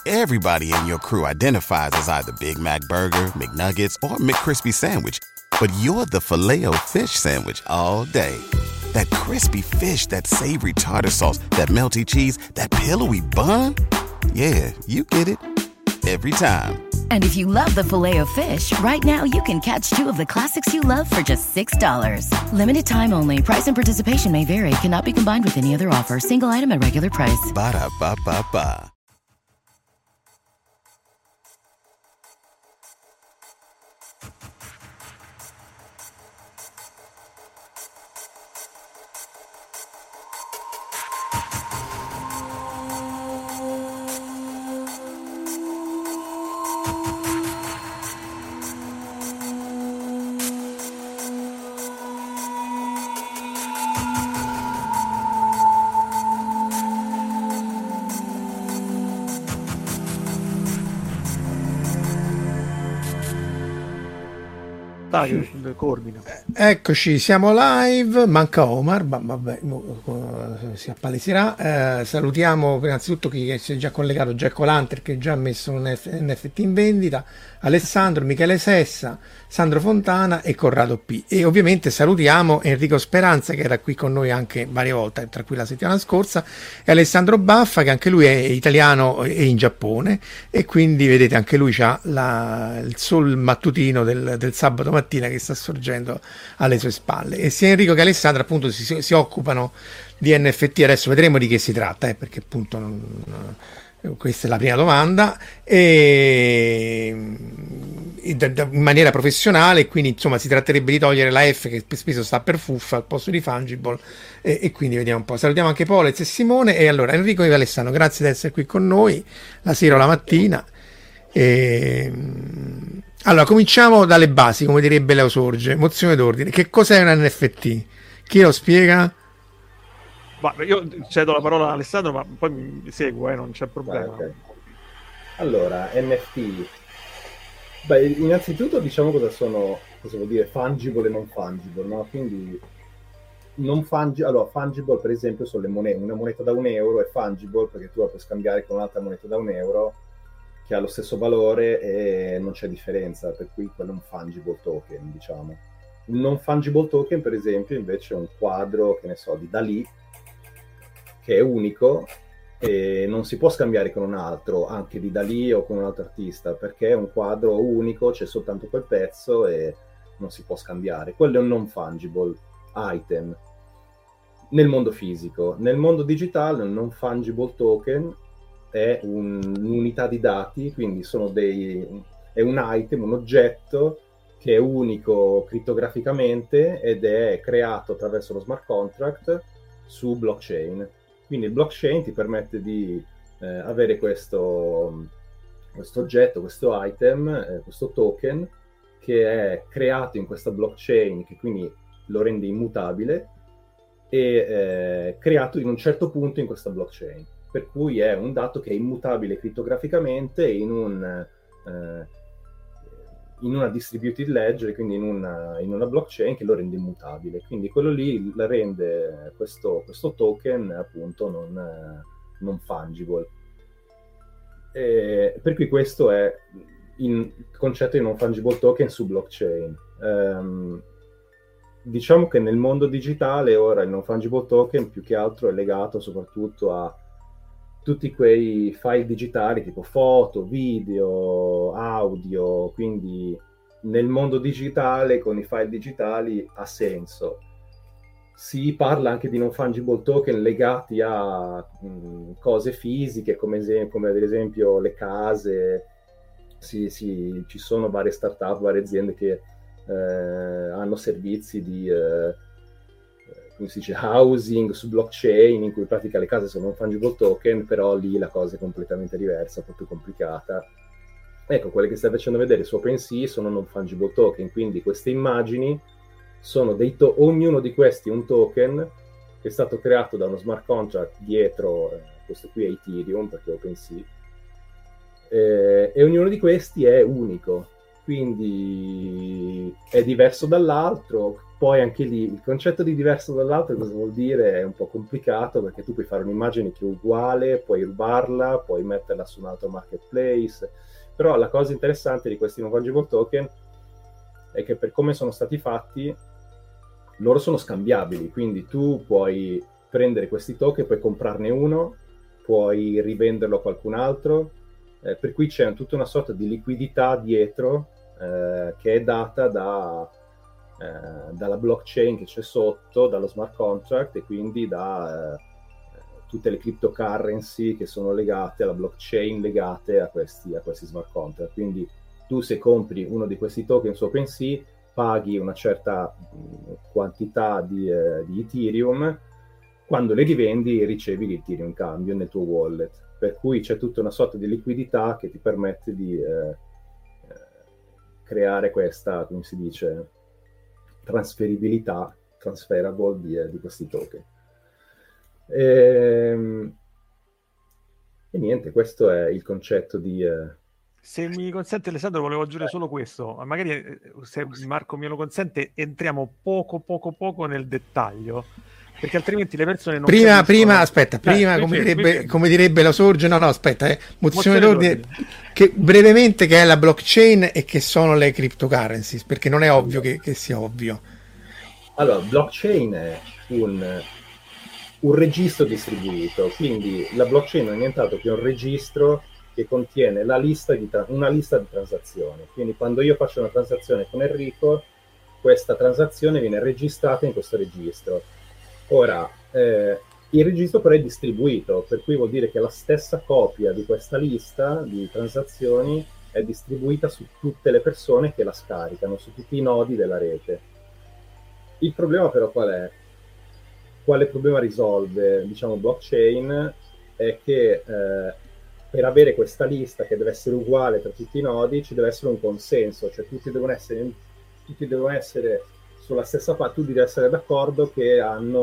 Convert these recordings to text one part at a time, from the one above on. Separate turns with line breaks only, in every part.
Everybody in your crew identifies as either Big Mac Burger, McNuggets, or McCrispy Sandwich. But you're the Filet-O-Fish Sandwich all day. That crispy fish, that savory tartar sauce, that melty cheese, that pillowy bun. Yeah, you get it. Every time.
And if you love the Filet-O-Fish, right now you can catch two of the classics you love for just $6. Limited time only. Price and participation may vary. Cannot be combined with any other offer. Single item at regular price.
Ba-da-ba-ba-ba.
Coordina.
Eccoci, siamo live, manca Omar, vabbè, si appaleserà. Salutiamo innanzitutto chi si è già collegato, Jack O'Lantern che già ha messo un NFT in vendita, Alessandro, Michele Sessa, Sandro Fontana e Corrado P. E ovviamente salutiamo Enrico Speranza che era qui con noi anche varie volte, tra cui la settimana scorsa, e Alessandro Baffa che anche lui è italiano e in Giappone, e quindi vedete anche lui c'ha il sol mattutino del sabato mattina che sta sorgendo alle sue spalle. E sia Enrico che Alessandro appunto si occupano di NFT. Adesso vedremo di che si tratta, perché appunto questa è la prima domanda, in maniera professionale, quindi insomma si tratterebbe di togliere la F che spesso sta per fuffa al posto di fungible, e quindi vediamo un po'. Salutiamo anche Polez e Simone. E allora Enrico e Alessandro, grazie di essere qui con noi la sera o la mattina. Allora cominciamo dalle basi, come direbbe Leo Sorge, mozione d'ordine. Che cos'è un NFT? Chi lo spiega?
Io cedo la parola a Alessandro, ma poi mi seguo, non c'è problema.
Okay. Allora, NFT. Innanzitutto diciamo cosa vuol dire fungible e non fungible, no? Quindi fungible per esempio sono le monete. Una moneta da €1 è fungible perché tu la puoi scambiare con un'altra moneta da €1 che ha lo stesso valore e non c'è differenza, per cui quello è un fungible token, diciamo. Un non fungible token, per esempio, invece è un quadro, che ne so, di Dalì, che è unico e non si può scambiare con un altro, anche di Dalì o con un altro artista, perché è un quadro unico, c'è soltanto quel pezzo e non si può scambiare. Quello è un non fungible item nel mondo fisico. Nel mondo digitale un non fungible token è un'unità di dati, quindi è un item, un oggetto che è unico crittograficamente ed è creato attraverso lo smart contract su blockchain. Quindi il blockchain ti permette di avere questo oggetto, questo item, questo token che è creato in questa blockchain, che quindi lo rende immutabile e creato in un certo punto in questa blockchain, per cui è un dato che è immutabile crittograficamente in una distributed ledger, quindi in una blockchain che lo rende immutabile. Quindi quello lì la rende questo token appunto non fungible. Per cui questo è il concetto di non fungible token su blockchain. Diciamo che nel mondo digitale ora il non fungible token più che altro è legato soprattutto a tutti quei file digitali tipo foto, video, audio. Quindi nel mondo digitale con i file digitali ha senso. Si parla anche di non fungible token legati a cose fisiche come ad esempio le case. Ci sono varie startup, varie aziende che hanno servizi di come si dice, housing su blockchain, in cui in pratica le case sono un fungible token, però lì la cosa è completamente diversa, un po' più complicata. Ecco, quelle che stai facendo vedere su OpenSea sono non fungible token, quindi queste immagini sono ognuno di questi un token che è stato creato da uno smart contract dietro, questo qui è Ethereum perché è OpenSea, e ognuno di questi è unico, quindi è diverso dall'altro, poi anche lì il concetto di diverso dall'altro cosa vuol dire è un po' complicato, perché tu puoi fare un'immagine che è uguale, puoi rubarla, puoi metterla su un altro marketplace, però la cosa interessante di questi non fungible token è che per come sono stati fatti loro sono scambiabili, quindi tu puoi prendere questi token, puoi comprarne uno, puoi rivenderlo a qualcun altro, per cui c'è tutta una sorta di liquidità dietro che è data dalla blockchain che c'è sotto, dallo smart contract, e quindi da tutte le cryptocurrency che sono legate alla blockchain, legate a questi smart contract. Quindi tu, se compri uno di questi token su OpenSea, paghi una certa quantità di Ethereum, quando le rivendi ricevi l'Ethereum in cambio nel tuo wallet, per cui c'è tutta una sorta di liquidità che ti permette di creare questa, come si dice, transferable di questi token. E niente, questo è il concetto di...
Se mi consente, Alessandro, volevo aggiungere solo questo. Magari, se Marco me lo consente, entriamo poco nel dettaglio, perché altrimenti le persone non
prima aspetta, come direbbe la Sorge, mozione d'ordine, che brevemente, che è la blockchain e che sono le cryptocurrencies, perché non è ovvio che sia ovvio.
Allora, blockchain è un registro distribuito, quindi la blockchain non è nient'altro che un registro che contiene una lista di transazioni. Quindi quando io faccio una transazione con Enrico, questa transazione viene registrata in questo registro. Ora, il registro però è distribuito, per cui vuol dire che la stessa copia di questa lista di transazioni è distribuita su tutte le persone che la scaricano, su tutti i nodi della rete. Il problema però qual è? Quale problema risolve, blockchain? È che per avere questa lista, che deve essere uguale tra tutti i nodi, ci deve essere un consenso, cioè tutti devono essere sulla stessa parte, tu devi essere d'accordo che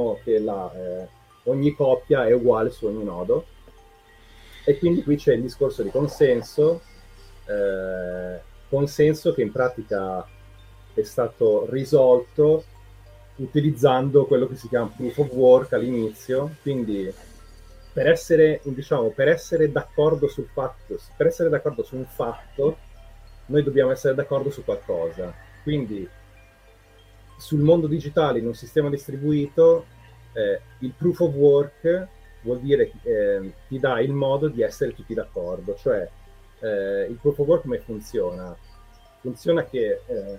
ogni coppia è uguale su ogni nodo, e quindi qui c'è il discorso di consenso che in pratica è stato risolto utilizzando quello che si chiama proof of work all'inizio. Quindi per essere d'accordo sul fatto, per essere d'accordo su un fatto, noi dobbiamo essere d'accordo su qualcosa. Quindi sul mondo digitale, in un sistema distribuito, il proof of work vuol dire ti dà il modo di essere tutti d'accordo. Cioè il proof of work come funziona? Funziona che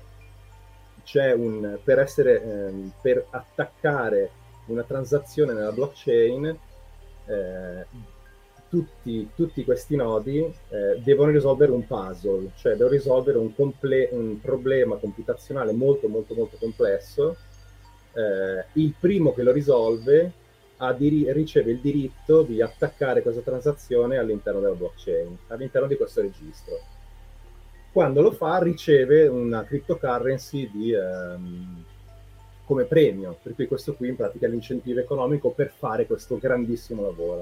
per attaccare una transazione nella blockchain, tutti questi nodi devono risolvere un puzzle, cioè devono risolvere un problema computazionale molto complesso. Il primo che lo risolve riceve il diritto di attaccare questa transazione all'interno della blockchain, all'interno di questo registro. Quando lo fa, riceve una cryptocurrency come premio, per cui questo qui in pratica è l'incentivo economico per fare questo grandissimo lavoro.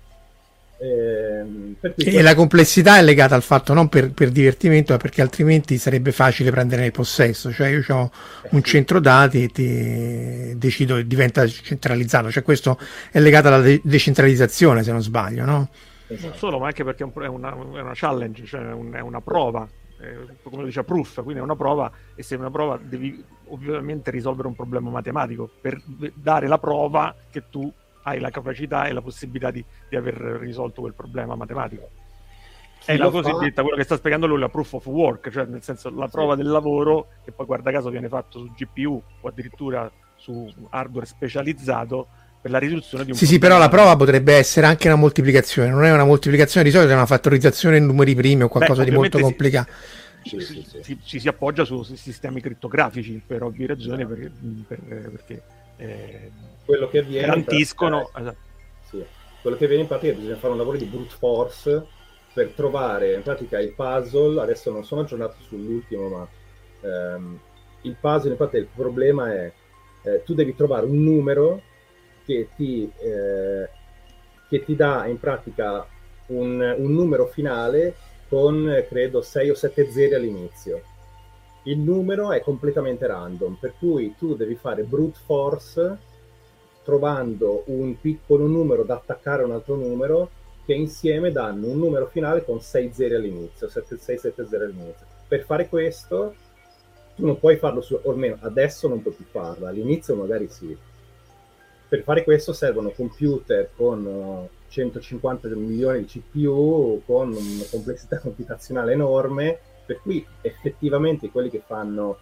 E la complessità è legata al fatto non per divertimento, ma perché altrimenti sarebbe facile prendere il possesso. Cioè io ho un centro dati e decido e diventa centralizzato, cioè questo è legato alla decentralizzazione, se non sbaglio, no?
Non solo, ma anche perché è una challenge, cioè è una prova, come dice proof, quindi è una prova, e se è una prova devi ovviamente risolvere un problema matematico per dare la prova che tu hai la capacità e la possibilità di aver risolto quel problema matematico. È la cosiddetta, quello che sta spiegando lui, la proof of work, cioè nel senso la prova del lavoro, che poi guarda caso viene fatto su GPU o addirittura su hardware specializzato per la risoluzione di un problema.
Sì, però la prova potrebbe essere anche una moltiplicazione, non è una moltiplicazione di solito, è una fattorizzazione in numeri primi o qualcosa di molto complicato.
Ci si appoggia su sistemi criptografici per ovvie ragioni, perché
quello che avviene
garantiscono
quello che avviene in pratica è che bisogna fare un lavoro di brute force per trovare in pratica il puzzle. Adesso non sono aggiornato sull'ultimo, ma il puzzle, in pratica il problema è tu devi trovare un numero che ti dà in pratica un numero finale con credo 6 o 7 zeri all'inizio. il numero è completamente random, per cui tu devi fare brute force trovando un piccolo numero da attaccare a un altro numero che insieme danno un numero finale con 6 zeri all'inizio, 6-7 zeri all'inizio. Per fare questo tu non puoi farlo o almeno adesso non puoi più farlo, all'inizio magari sì. Per fare questo servono computer con 150 milioni di CPU, con una complessità computazionale enorme, per cui effettivamente quelli che fanno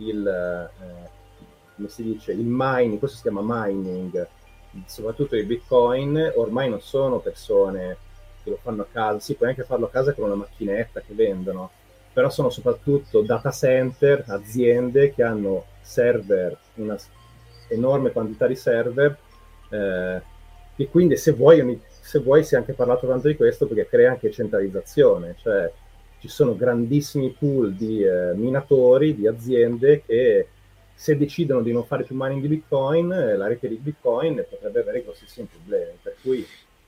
come si dice, il mining, questo si chiama mining, soprattutto il Bitcoin, ormai non sono persone che lo fanno a casa, sì, puoi anche farlo a casa con una macchinetta che vendono, però sono soprattutto data center, aziende che hanno server, una enorme quantità di server, e quindi se vuoi si è anche parlato tanto di questo perché crea anche centralizzazione, cioè ci sono grandissimi pool di minatori, di aziende che se decidono di non fare più mining di Bitcoin, la rete di Bitcoin potrebbe avere grossissimi problemi, per cui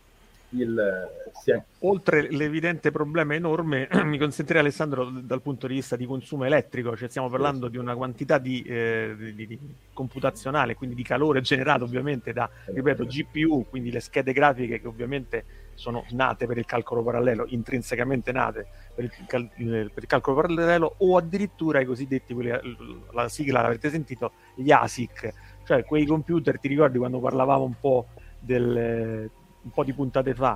oltre l'evidente problema enorme, mi consentirà Alessandro dal punto di vista di consumo elettrico, cioè stiamo parlando di una quantità di computazionale, quindi di calore generato ovviamente da, ripeto, GPU, quindi le schede grafiche che ovviamente sono nate per il calcolo parallelo, intrinsecamente nate per il calcolo parallelo, o addirittura i cosiddetti, la sigla l'avete sentito, gli ASIC, cioè quei computer, ti ricordi quando parlavamo un po' un po' di puntate fa,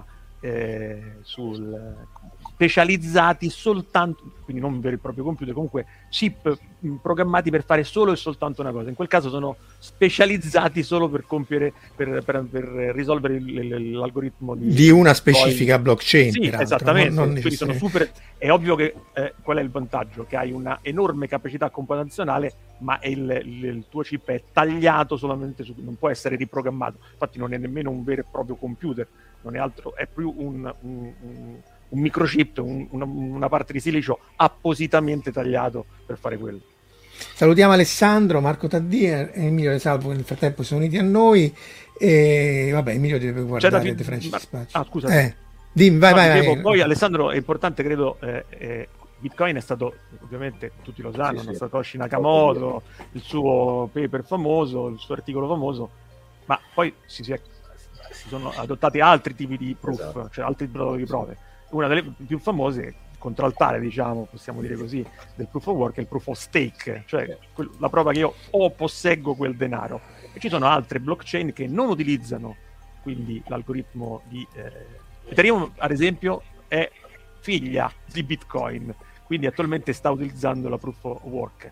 specializzati soltanto, quindi non per il proprio computer, comunque chip programmati per fare solo e soltanto una cosa. In quel caso sono specializzati solo per compiere, per risolvere l'algoritmo di
una specifica blockchain.
Sì, esattamente. Quindi sono super. È ovvio che qual è il vantaggio? Che hai una enorme capacità computazionale, ma il tuo chip è tagliato solamente non può essere riprogrammato. Infatti non è nemmeno un vero e proprio computer, non è altro, è più un microchip, una parte di silicio appositamente tagliato per fare quello.
Salutiamo Alessandro, Marco Taddì e Emilio De Salvo, che nel frattempo sono uniti a noi. E vabbè, Emilio deve guardare The French Dispatch.
Scusa.
Vai.
Poi Alessandro, è importante, credo, Bitcoin è stato, ovviamente tutti lo sanno, Satoshi Nakamoto, il suo paper famoso, il suo articolo famoso, ma poi si sono adottati altri tipi di proof, esatto, cioè altri tipi di prove. Una delle più famose, contraltare, diciamo, possiamo dire così, del proof of work è il proof of stake, cioè la prova che io posseggo quel denaro. E ci sono altre blockchain che non utilizzano quindi l'algoritmo di Ethereum, ad esempio, è figlia di Bitcoin, quindi attualmente sta utilizzando la proof of work,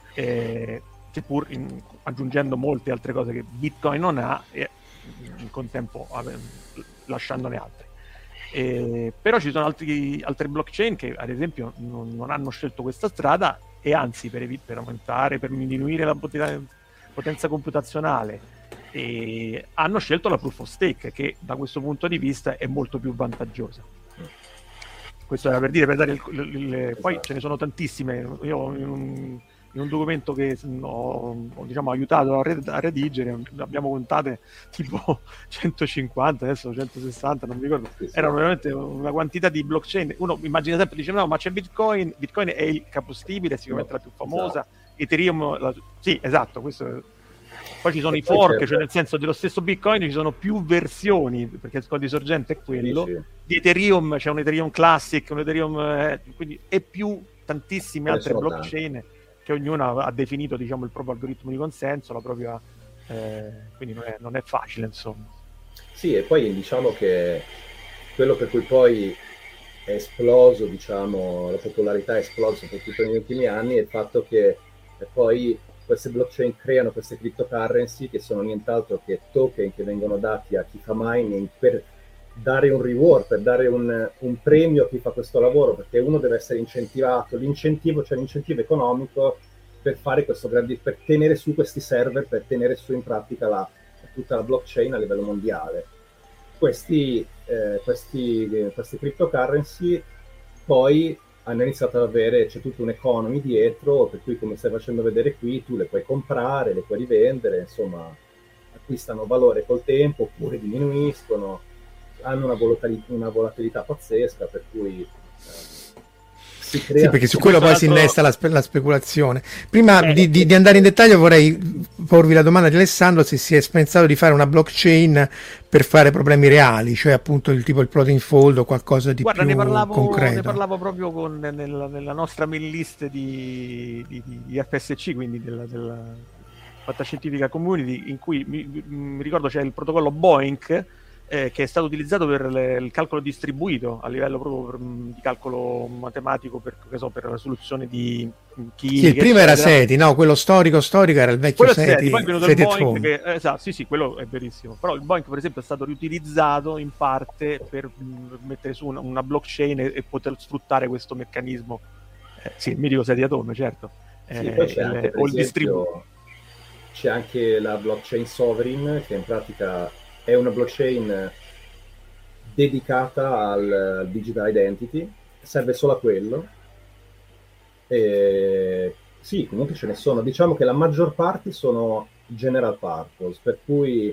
seppur aggiungendo molte altre cose che Bitcoin non ha e in contempo lasciandone altre. Però ci sono altre blockchain che ad esempio non hanno scelto questa strada e anzi per aumentare, per diminuire la potenza computazionale, hanno scelto la proof of stake, che da questo punto di vista è molto più vantaggiosa. Questo era per dire, per dare poi ce ne sono tantissime. Io in un documento che ho diciamo, aiutato a redigere, abbiamo contate tipo 150, adesso 160, non mi ricordo, erano veramente una quantità di blockchain. Uno immagina sempre, dice no, ma c'è Bitcoin è il capostipite, sicuramente la più famosa, Ethereum, sì, esatto, questo. Poi ci sono i fork, cioè nel senso dello stesso Bitcoin ci sono più versioni, perché il codice sorgente è quello, di Ethereum c'è un Ethereum Classic, un Ethereum, quindi e più tantissime altre blockchain che ognuno ha definito, diciamo, il proprio algoritmo di consenso, la propria, quindi non è facile, insomma.
Sì, e poi diciamo che quello per cui poi è esploso, diciamo, la popolarità è esplosa soprattutto negli ultimi anni, è il fatto che poi queste blockchain creano queste cryptocurrency che sono nient'altro che token che vengono dati a chi fa mining per dare un reward, per dare un premio a chi fa questo lavoro, perché uno deve essere incentivato, l'incentivo economico per fare questo per tenere su questi server, per tenere su in pratica tutta la blockchain a livello mondiale. Queste cryptocurrency poi hanno iniziato ad avere, c'è tutta un'economy dietro, per cui come stai facendo vedere qui, tu le puoi comprare, le puoi rivendere, insomma, acquistano valore col tempo, oppure diminuiscono, hanno una volatilità pazzesca, per cui
Sì, perché su quello poi si innesta la speculazione. Prima di andare in dettaglio vorrei porvi la domanda di Alessandro se si è pensato di fare una blockchain per fare problemi reali, cioè appunto il protein fold o qualcosa di più concreto.
Ne parlavo proprio nella nostra mail list di FSC, quindi della fantascientifica community, in cui mi ricordo c'è il protocollo BOINC, che è stato utilizzato per il calcolo distribuito a livello proprio di calcolo matematico per la soluzione di chimica.
Sì, il primo era SETI, no? Quello storico era il vecchio SETI.
Poi è venuto il BOINC, esatto, sì, quello è verissimo. Però il BOINC, per esempio, è stato riutilizzato in parte per mettere su una blockchain e poter sfruttare questo meccanismo. Sì, il mitico SETI Atom, certo.
Poi c'è anche, per esempio, c'è anche la blockchain Sovereign, che in pratica è una blockchain dedicata al digital identity, serve solo a quello. Sì, comunque ce ne sono. Diciamo che la maggior parte sono general purpose, per cui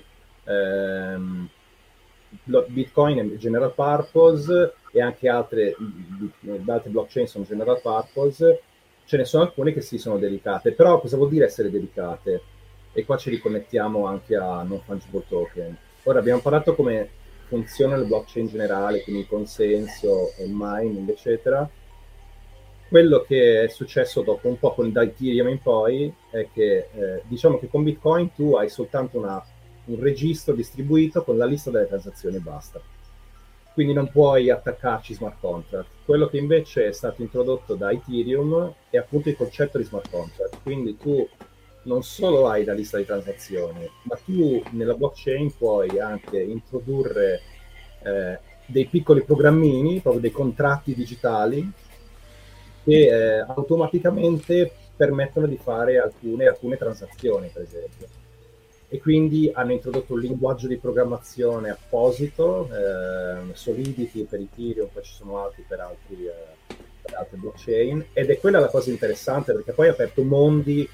Bitcoin è general purpose e anche altre blockchain sono general purpose. Ce ne sono alcune che si sono dedicate, però cosa vuol dire essere dedicate? E qua ci riconnettiamo anche a non fungible token. Ora abbiamo parlato come funziona il blockchain generale, quindi il consenso, il mining, eccetera. Quello che è successo dopo un po' da Ethereum in poi è che diciamo che con Bitcoin tu hai soltanto un registro distribuito con la lista delle transazioni e basta. Quindi non puoi attaccarci smart contract. Quello che invece è stato introdotto da Ethereum è appunto il concetto di smart contract. Quindi tu non solo hai la lista di transazioni, ma tu nella blockchain puoi anche introdurre dei piccoli programmini, proprio dei contratti digitali, che automaticamente permettono di fare alcune transazioni, per esempio. E quindi hanno introdotto un linguaggio di programmazione apposito, Solidity per Ethereum, poi ci sono altri per altre blockchain, ed è quella la cosa interessante, perché poi ha aperto mondi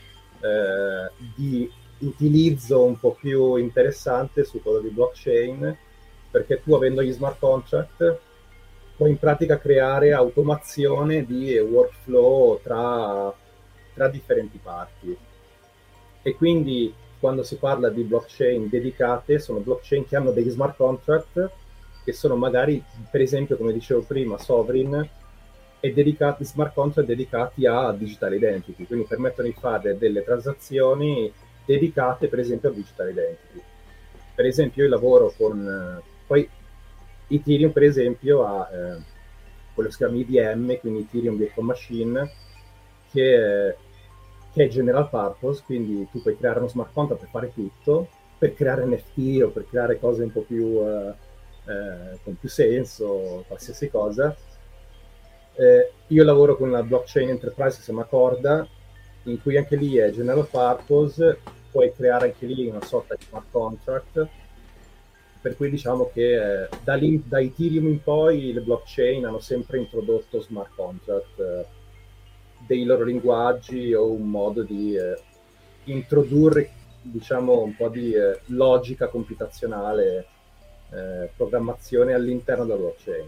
di utilizzo un po' più interessante su quello di blockchain, perché tu, avendo gli smart contract, puoi in pratica creare automazione di workflow tra differenti parti. E quindi quando si parla di blockchain dedicate, sono blockchain che hanno degli smart contract che sono magari, per esempio, come dicevo prima, Sovereign, e smart contract dedicati a digital identity, quindi permettono di fare delle transazioni dedicate, per esempio, a digital identity. Per esempio, io lavoro con poi Ethereum, per esempio, ha quello che si chiama EVM, quindi Ethereum Virtual Machine, che è general purpose, quindi tu puoi creare uno smart contract per fare tutto, per creare NFT o per creare cose un po' più con più senso, qualsiasi cosa. Io lavoro con una blockchain enterprise che si chiama Corda, in cui anche lì è general purpose, puoi creare anche lì una sorta di smart contract, per cui diciamo che da Ethereum in poi le blockchain hanno sempre introdotto smart contract, dei loro linguaggi o un modo di introdurre, diciamo, un po' di logica computazionale, programmazione all'interno della blockchain.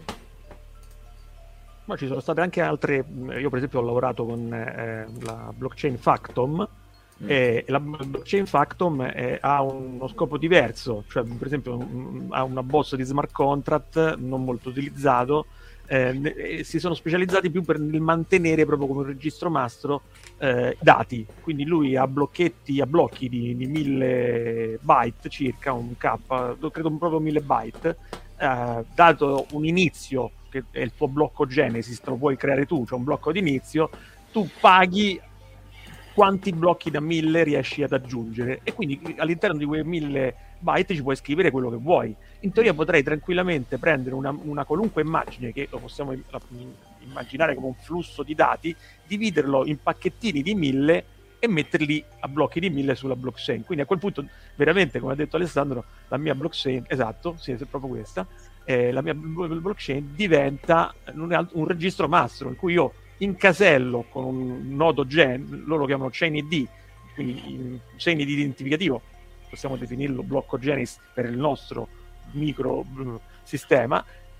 Ma ci sono state anche altre. Io per esempio ho lavorato con la blockchain Factom, e la blockchain Factom ha uno scopo diverso, cioè per esempio ha un abbozzo di smart contract non molto utilizzato, si sono specializzati più nel mantenere proprio come un registro mastro dati, quindi lui ha blocchi di 1000 byte circa, un K, credo proprio 1000 byte, dato un inizio che è il tuo blocco Genesis, te lo puoi creare tu, c'è un blocco di inizio, tu paghi quanti blocchi da 1000 riesci ad aggiungere, e quindi all'interno di quei 1000 byte ci puoi scrivere quello che vuoi. In teoria potrei tranquillamente prendere una qualunque immagine, che lo possiamo immaginare come un flusso di dati, dividerlo in pacchettini di 1000 e metterli a blocchi di 1000 sulla blockchain. Quindi a quel punto veramente, come ha detto Alessandro, la mia blockchain, esatto, sì, è proprio questa, la mia blockchain diventa un registro mastro in cui io incasello con un nodo loro lo chiamano chain ID, quindi chain ID identificativo, possiamo definirlo blocco Genesis per il nostro micro sistema,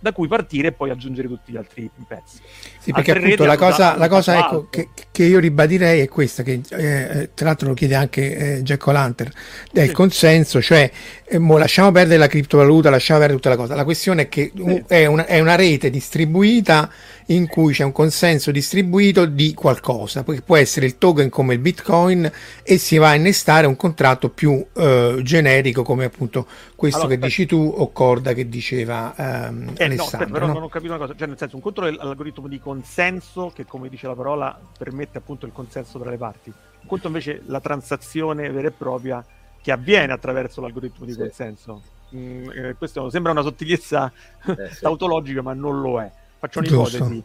da cui partire e poi aggiungere tutti gli altri pezzi.
Sì, perché appunto la cosa ecco, che io ribadirei è questa, che tra l'altro lo chiede anche Jack O'Lantern, del consenso, cioè lasciamo perdere la criptovaluta, lasciamo perdere tutta la cosa. La questione è che è una rete distribuita in cui c'è un consenso distribuito di qualcosa, perché può essere il token come il Bitcoin e si va a innestare un contratto più generico come appunto questo che dici tu o Corda che diceva Alessandro.
No, aspetta, però non ho capito una cosa, cioè nel senso, un conto è l'algoritmo di consenso che, come dice la parola, permette appunto il consenso tra le parti, un conto invece la transazione vera e propria che avviene attraverso l'algoritmo di consenso. Questo sembra una sottigliezza tautologica, ma non lo è. Faccio un'ipotesi.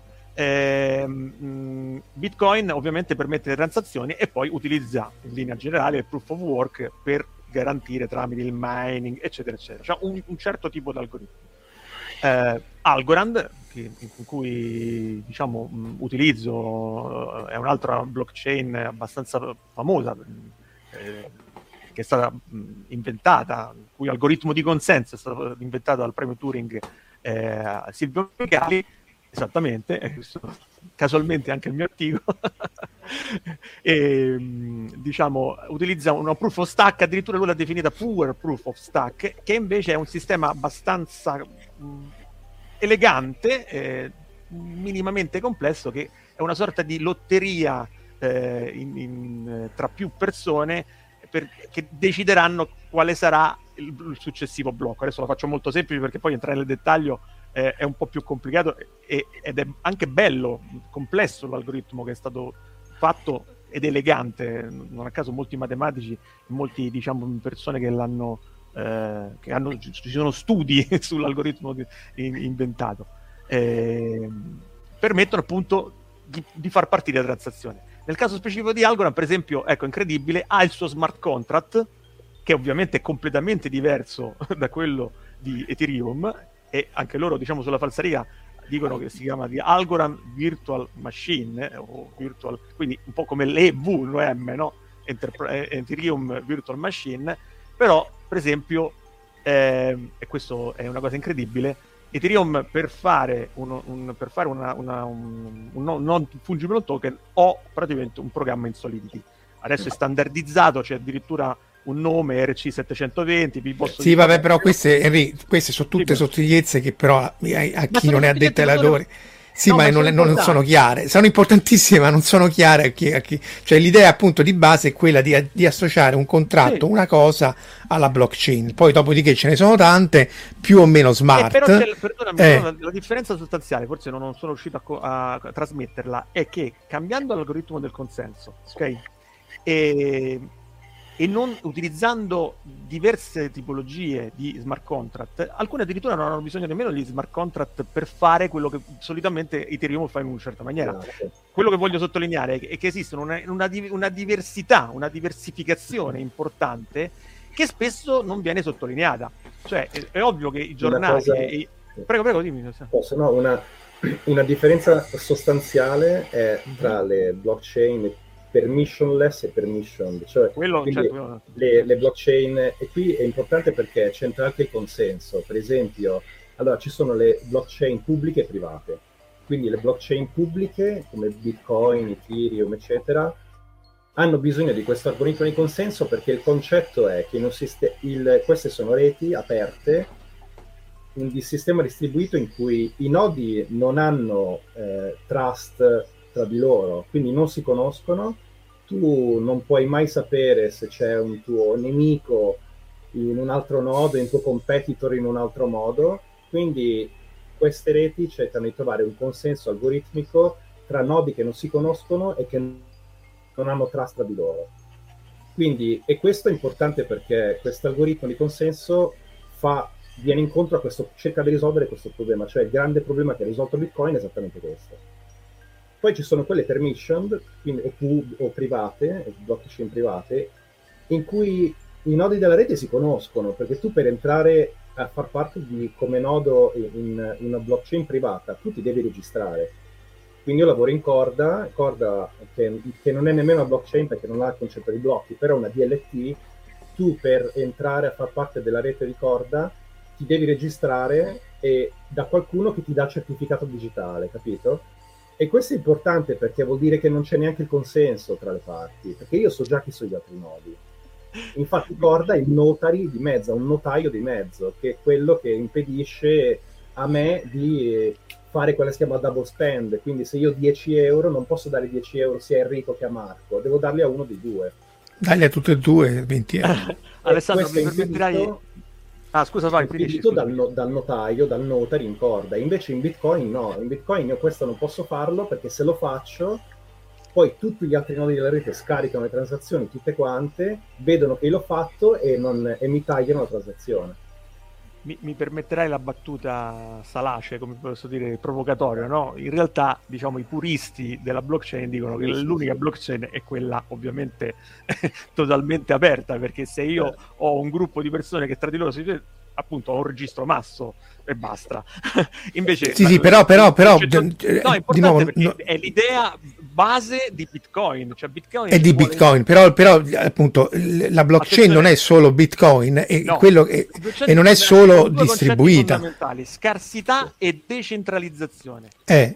Bitcoin ovviamente permette le transazioni e poi utilizza in linea generale il proof of work per garantire tramite il mining, eccetera, eccetera. Cioè un certo tipo di algoritmo. Algorand, in cui diciamo utilizzo, è un'altra blockchain abbastanza famosa, che è stata inventata, il cui algoritmo di consenso è stato inventato dal premio Turing Silvio Micali, esattamente, casualmente anche il mio articolo, e diciamo utilizza una proof of stack, addirittura lui l'ha definita pure proof of stack, che invece è un sistema abbastanza elegante, minimamente complesso, che è una sorta di lotteria tra più persone che decideranno quale sarà il successivo blocco. Adesso lo faccio molto semplice perché poi entrare nel dettaglio è un po' più complicato ed è anche bello, complesso l'algoritmo che è stato fatto ed elegante. Non a caso molti matematici, molti diciamo persone che l'hanno ci sono studi sull'algoritmo inventato, permettono appunto di far partire la transazione. Nel caso specifico di Algorand, per esempio, ecco, incredibile, ha il suo smart contract, che ovviamente è completamente diverso da quello di Ethereum, e anche loro, diciamo, sulla falsariga dicono che si chiama di Algorand Virtual Machine, o Virtual, quindi un po' come l'EVM, no? Ethereum Virtual Machine, però, per esempio, e questo è una cosa incredibile, Ethereum per fare un non fungible token ho praticamente un programma in Solidity. Adesso è standardizzato, c'è addirittura un nome RC720.
Sì, vabbè, però queste sono tutte sottigliezze che però a chi non è addetto ai lavori. Sì, ma non sono chiare, sono importantissime, ma non sono chiare a chi. Cioè l'idea appunto di base è quella di associare un contratto, una cosa alla blockchain. Poi dopodiché ce ne sono tante, più o meno smart.
Perdonami, la differenza sostanziale, forse non sono riuscito a trasmetterla, è che cambiando l'algoritmo del consenso, ok? E non utilizzando diverse tipologie di smart contract, alcune addirittura non hanno bisogno nemmeno di smart contract per fare quello che solitamente Ethereum fa in una certa maniera. Quello che voglio sottolineare è che esiste una diversità, una diversificazione importante che spesso non viene sottolineata. Cioè è ovvio che i giornali... Prego, dimmi.
No, una differenza sostanziale è tra le blockchain permissionless e permissioned, cioè le blockchain, e qui è importante perché c'entra anche il consenso. Per esempio, allora ci sono le blockchain pubbliche e private, quindi le blockchain pubbliche come Bitcoin, Ethereum eccetera hanno bisogno di questo algoritmo di consenso, perché il concetto è che queste sono reti aperte, un sistema distribuito in cui i nodi non hanno trust tra di loro, quindi non si conoscono. Tu non puoi mai sapere se c'è un tuo nemico in un altro nodo, un tuo competitor in un altro modo, quindi queste reti cercano di trovare un consenso algoritmico tra nodi che non si conoscono e che non hanno trust tra di loro. Quindi, e questo è importante perché questo algoritmo di consenso viene incontro a questo, cerca di risolvere questo problema, cioè il grande problema che ha risolto Bitcoin è esattamente questo. Poi ci sono quelle permissioned, quindi, o private, blockchain private, in cui i nodi della rete si conoscono, perché tu per entrare a far parte come nodo in una blockchain privata, tu ti devi registrare. Quindi io lavoro in Corda che non è nemmeno una blockchain perché non ha il concetto di blocchi, però una DLT, tu per entrare a far parte della rete di Corda ti devi registrare da qualcuno che ti dà il certificato digitale, capito? E questo è importante perché vuol dire che non c'è neanche il consenso tra le parti, perché io so già chi sono gli altri nodi. Infatti Corda è il notary di mezzo, un notaio di mezzo, che è quello che impedisce a me di fare quella che si chiama double spend, quindi se io ho 10 euro non posso dare 10 euro sia a Enrico che a Marco, devo darli a uno dei due.
Dagli a tutte e due 20 euro.
Alessandro, mi permetterai... scusa, vai, finisci.
Dal notaio, dal notary in Corda, invece in Bitcoin no, in Bitcoin io questo non posso farlo perché se lo faccio poi tutti gli altri nodi della rete scaricano le transazioni tutte quante, vedono che io l'ho fatto e mi tagliano la transazione.
Mi permetterai la battuta salace, come posso dire, provocatoria, no? In realtà, diciamo, i puristi della blockchain dicono che l'unica blockchain è quella ovviamente totalmente aperta, perché se io ho un gruppo di persone che tra di loro appunto ho un registro masso e basta. Invece
sì, però
no, è importante perché è l'idea base di Bitcoin, cioè Bitcoin
è di Bitcoin, però appunto la blockchain non è solo Bitcoin, e non è solo distribuita.
Fondamentali: scarsità e decentralizzazione.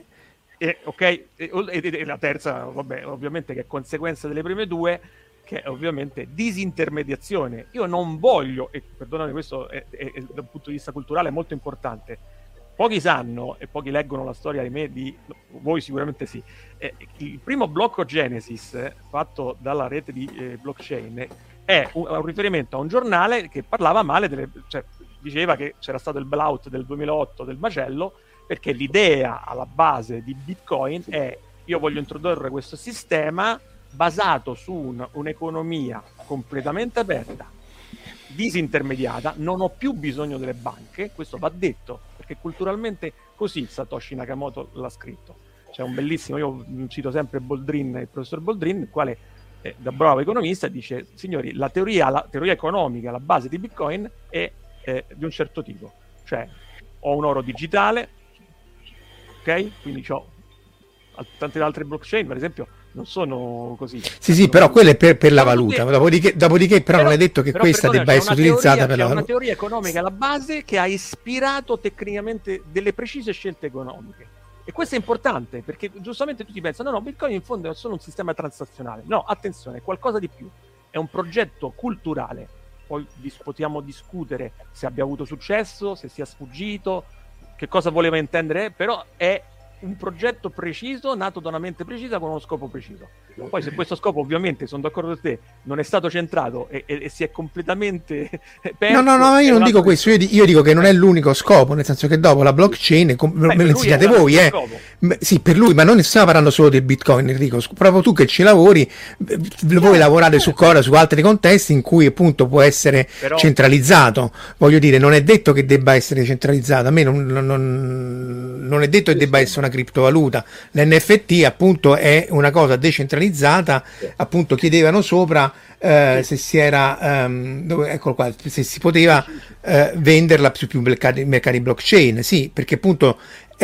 Ok, e la terza, vabbè, ovviamente che è conseguenza delle prime due, che è ovviamente disintermediazione. Io non voglio, e perdonami, questo è dal punto di vista culturale molto importante. Pochi sanno e pochi leggono la storia di voi sicuramente sì. Il primo blocco Genesis fatto dalla rete di blockchain è un riferimento a un giornale che parlava male cioè diceva che c'era stato il blowout del 2008 del macello, perché l'idea alla base di Bitcoin è: io voglio introdurre questo sistema basato su un'economia completamente aperta, disintermediata, non ho più bisogno delle banche. Questo va detto perché culturalmente così Satoshi Nakamoto l'ha scritto. C'è un bellissimo, io cito sempre Boldrin, il professor Boldrin, il quale da bravo economista dice: signori, la teoria economica, la base di Bitcoin è di un certo tipo, cioè ho un oro digitale, ok? Quindi ho tante altre blockchain, per esempio, non sono così.
Sì, però quella è per la valuta. Dopodiché però non è detto che questa debba essere utilizzata per la valuta.
C'è una teoria economica alla base che ha ispirato tecnicamente delle precise scelte economiche. E questo è importante, perché giustamente tutti pensano: no, Bitcoin in fondo è solo un sistema transazionale. No, attenzione, è qualcosa di più. È un progetto culturale. Poi potremmo discutere se abbia avuto successo, se sia sfuggito, che cosa voleva intendere, però è un progetto preciso, nato da una mente precisa, con uno scopo preciso. Poi se questo scopo, ovviamente, sono d'accordo con te, non è stato centrato e si è completamente perso...
No, io non dico questo, io dico che non è l'unico scopo, nel senso che dopo la blockchain, me lo insegnate voi, sì, per lui, ma non stiamo parlando solo del Bitcoin, Enrico, proprio tu che ci lavori, voi lavorate su Cora, su altri contesti in cui appunto può essere centralizzato, voglio dire, non è detto che debba essere centralizzato, a me non è detto che debba essere una criptovaluta. L'NFT appunto è una cosa decentralizzata, appunto chiedevano sopra se si era eccolo qua, se si poteva venderla su più mercati blockchain. Sì, perché appunto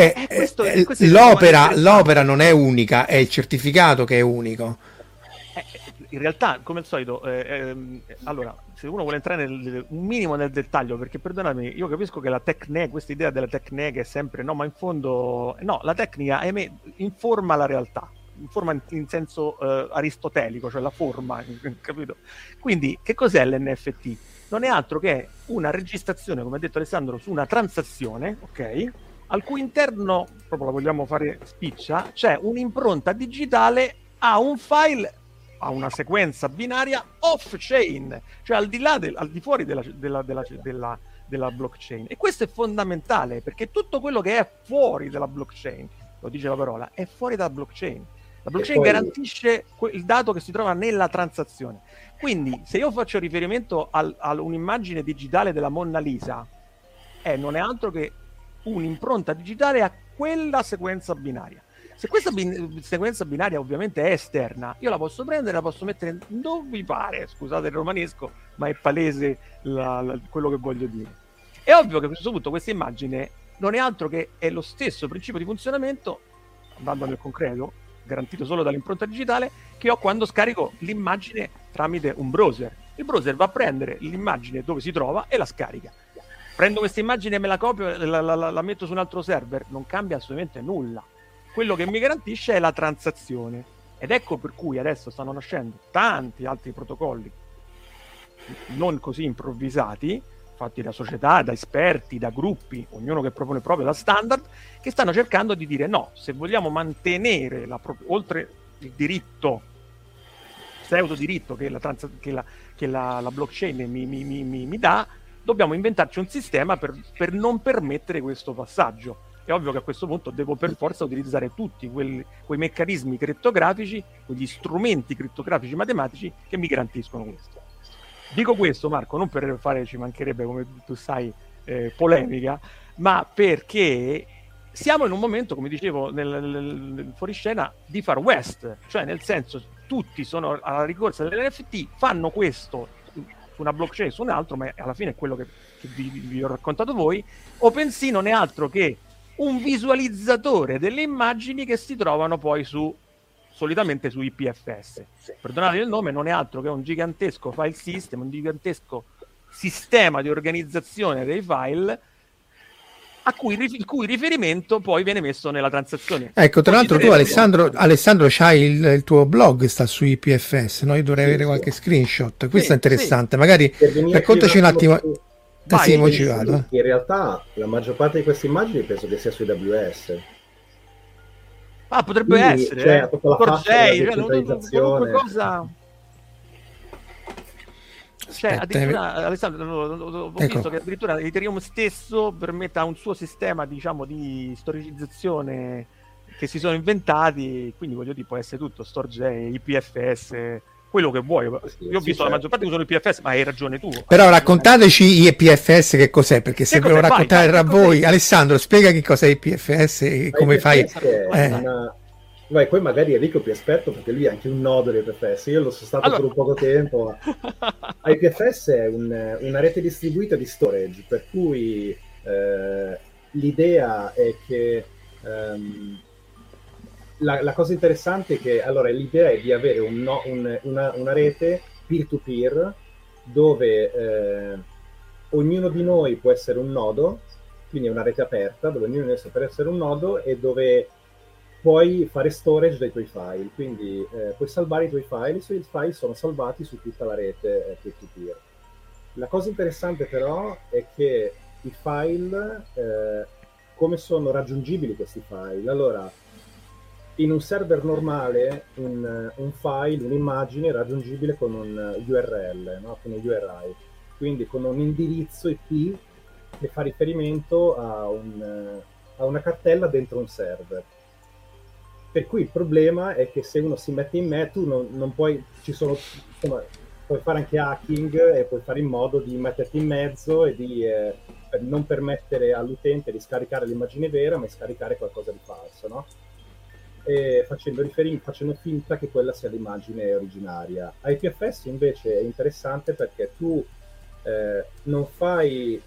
l'opera non è unica, è il certificato che è unico.
In realtà, come al solito, allora, se uno vuole entrare un minimo nel dettaglio, perché perdonami, io capisco che la tecnica, questa idea della tecnica è sempre no, ma in fondo no, la tecnica, ahimè, informa la realtà, informa in senso aristotelico, cioè la forma, capito? Quindi, che cos'è l'NFT? Non è altro che una registrazione, come ha detto Alessandro, su una transazione, ok? Al cui interno, proprio la vogliamo fare spiccia, c'è un'impronta digitale a un file, a una sequenza binaria off-chain, cioè al di fuori della blockchain. E questo è fondamentale, perché tutto quello che è fuori della blockchain, lo dice la parola, è fuori dalla blockchain. La blockchain garantisce il dato che si trova nella transazione. Quindi, se io faccio riferimento a un'immagine digitale della Monna Lisa, non è altro che un'impronta digitale a quella sequenza binaria. Se questa sequenza binaria ovviamente è esterna, io la posso prendere, la posso mettere dove mi pare, scusate il romanesco, ma è palese quello che voglio dire. È ovvio che a questo punto questa immagine non è altro che è lo stesso principio di funzionamento, andando nel concreto, garantito solo dall'impronta digitale, che ho quando scarico l'immagine tramite un browser. Il browser va a prendere l'immagine dove si trova e la scarica. prendo questa immagine e me la copio e la metto su un altro server, non cambia assolutamente nulla. Quello che mi garantisce è la transazione, ed ecco per cui adesso stanno nascendo tanti altri protocolli non così improvvisati, fatti da società, da esperti, da gruppi, ognuno che propone proprio la standard, che stanno cercando di dire no, se vogliamo mantenere oltre il diritto, pseudo diritto che la blockchain mi dà, dobbiamo inventarci un sistema per non permettere questo passaggio. È ovvio che a questo punto devo per forza utilizzare tutti quei meccanismi crittografici, quegli strumenti crittografici matematici che mi garantiscono questo. Dico questo, Marco, non per fare, ci mancherebbe, come tu sai, polemica, ma perché siamo in un momento, come dicevo nel fuoriscena, di Far West, cioè nel senso tutti sono alla ricorsa dell'NFT, fanno questo su una blockchain, su un altro, ma alla fine è quello che vi ho raccontato voi. OpenSea non è altro che un visualizzatore delle immagini che si trovano poi solitamente su IPFS. Perdonate il nome, non è altro che un gigantesco file system, un gigantesco sistema di organizzazione dei file il cui riferimento poi viene messo nella transazione.
Ecco, tra l'altro tu Alessandro c'hai il tuo blog, sta su IPFS, no? Io dovrei avere qualche screenshot, questo è interessante, magari raccontaci un attimo. Ci vado.
In realtà la maggior parte di queste immagini penso che sia su AWS.
Potrebbe essere,
cioè,
qualunque cosa. Addirittura, Alessandro, ho visto che addirittura Ethereum stesso permette un suo sistema, diciamo, di storicizzazione che si sono inventati, quindi voglio dire, può essere tutto, Storj, IPFS, quello che vuoi. Io ho visto la maggior parte usano IPFS, ma hai ragione tu.
Però raccontateci IPFS che cos'è, perché se ve lo raccontare tra voi, Alessandro, spiega che cos'è IPFS e come fai.
Vai, poi magari Enrico è più esperto perché lui è anche un nodo di IPFS, io lo sono stato per un poco tempo. IPFS è una rete distribuita di storage, per cui l'idea è che la cosa interessante è che allora l'idea è di avere una rete peer-to-peer dove ognuno di noi può essere un nodo, quindi è una rete aperta dove ognuno di noi può essere un nodo e dove puoi fare storage dei tuoi file, quindi puoi salvare i tuoi file, i suoi file sono salvati su tutta la rete peer-to-peer. La cosa interessante però è che i file, come sono raggiungibili questi file? Allora, in un server normale un file, un'immagine è raggiungibile con un URL, no? Con un URI, quindi con un indirizzo IP che fa riferimento a una cartella dentro un server. Per cui il problema è che se uno si mette in me, tu non puoi, puoi fare anche hacking e puoi fare in modo di metterti in mezzo e di per non permettere all'utente di scaricare l'immagine vera, ma di scaricare qualcosa di falso, no? E facendo finta che quella sia l'immagine originaria. IPFS invece è interessante perché tu non fai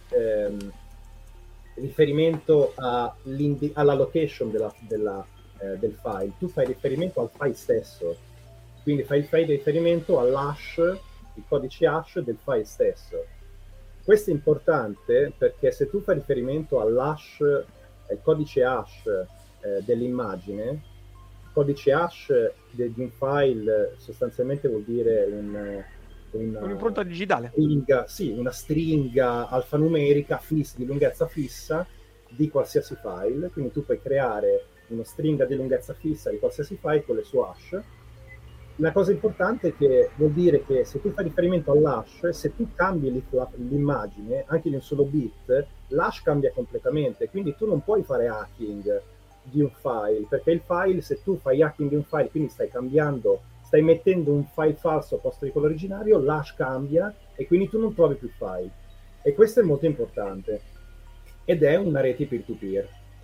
riferimento alla location del file, tu fai riferimento al file stesso, quindi fai riferimento all'hash, il codice hash del file stesso. Questo è importante perché se tu fai riferimento all'hash, al codice hash dell'immagine, il codice hash di un file sostanzialmente vuol dire
un'impronta digitale,
una stringa alfanumerica di lunghezza fissa di qualsiasi file, quindi tu puoi creare una stringa di lunghezza fissa di qualsiasi file con le sue hash. La cosa importante è che vuol dire che se tu fai riferimento all'hash, se tu cambi l'immagine anche in un solo bit, l'hash cambia completamente, quindi tu non puoi fare hacking di un file, perché il file, se tu fai hacking di un file, quindi stai mettendo un file falso al posto di quello originario, l'hash cambia e quindi tu non trovi più il file. E questo è molto importante. Ed è una rete peer-to-peer.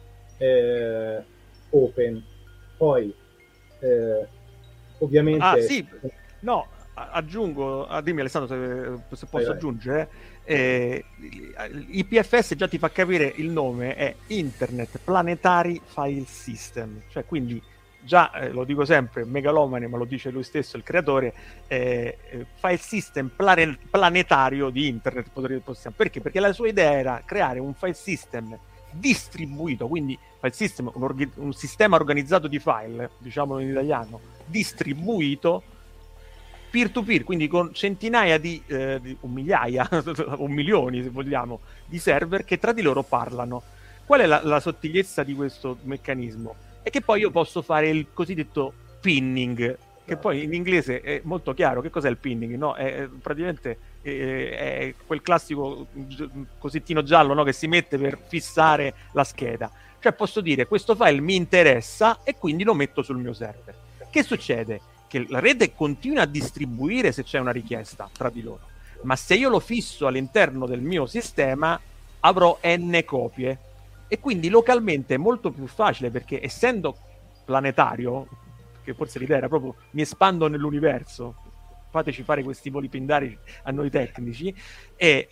Open. Poi ovviamente
aggiungo, dimmi Alessandro se posso aggiungere, IPFS già ti fa capire, il nome è Internet Planetary File System, cioè quindi già lo dico sempre, megalomane, ma lo dice lui stesso, il creatore, file system planetario di internet, possiamo. Perché? Perché la sua idea era creare un file system distribuito, quindi file system, un sistema organizzato di file, diciamolo in italiano, distribuito, peer-to-peer, quindi con centinaia migliaia o milioni, se vogliamo, di server che tra di loro parlano. Qual è la sottigliezza di questo meccanismo? È che poi io posso fare il cosiddetto pinning, che poi in inglese è molto chiaro. Che cos'è il pinning? No? Praticamente è quel classico cosettino giallo, no? Che si mette per fissare la scheda. Cioè posso dire questo file mi interessa e quindi lo metto sul mio server. Che succede? Che la rete continua a distribuire se c'è una richiesta tra di loro, ma se io lo fisso all'interno del mio sistema avrò n copie e quindi localmente è molto più facile, perché essendo planetario, che forse l'idea era proprio mi espando nell'universo, fateci fare questi voli pindari a noi tecnici, e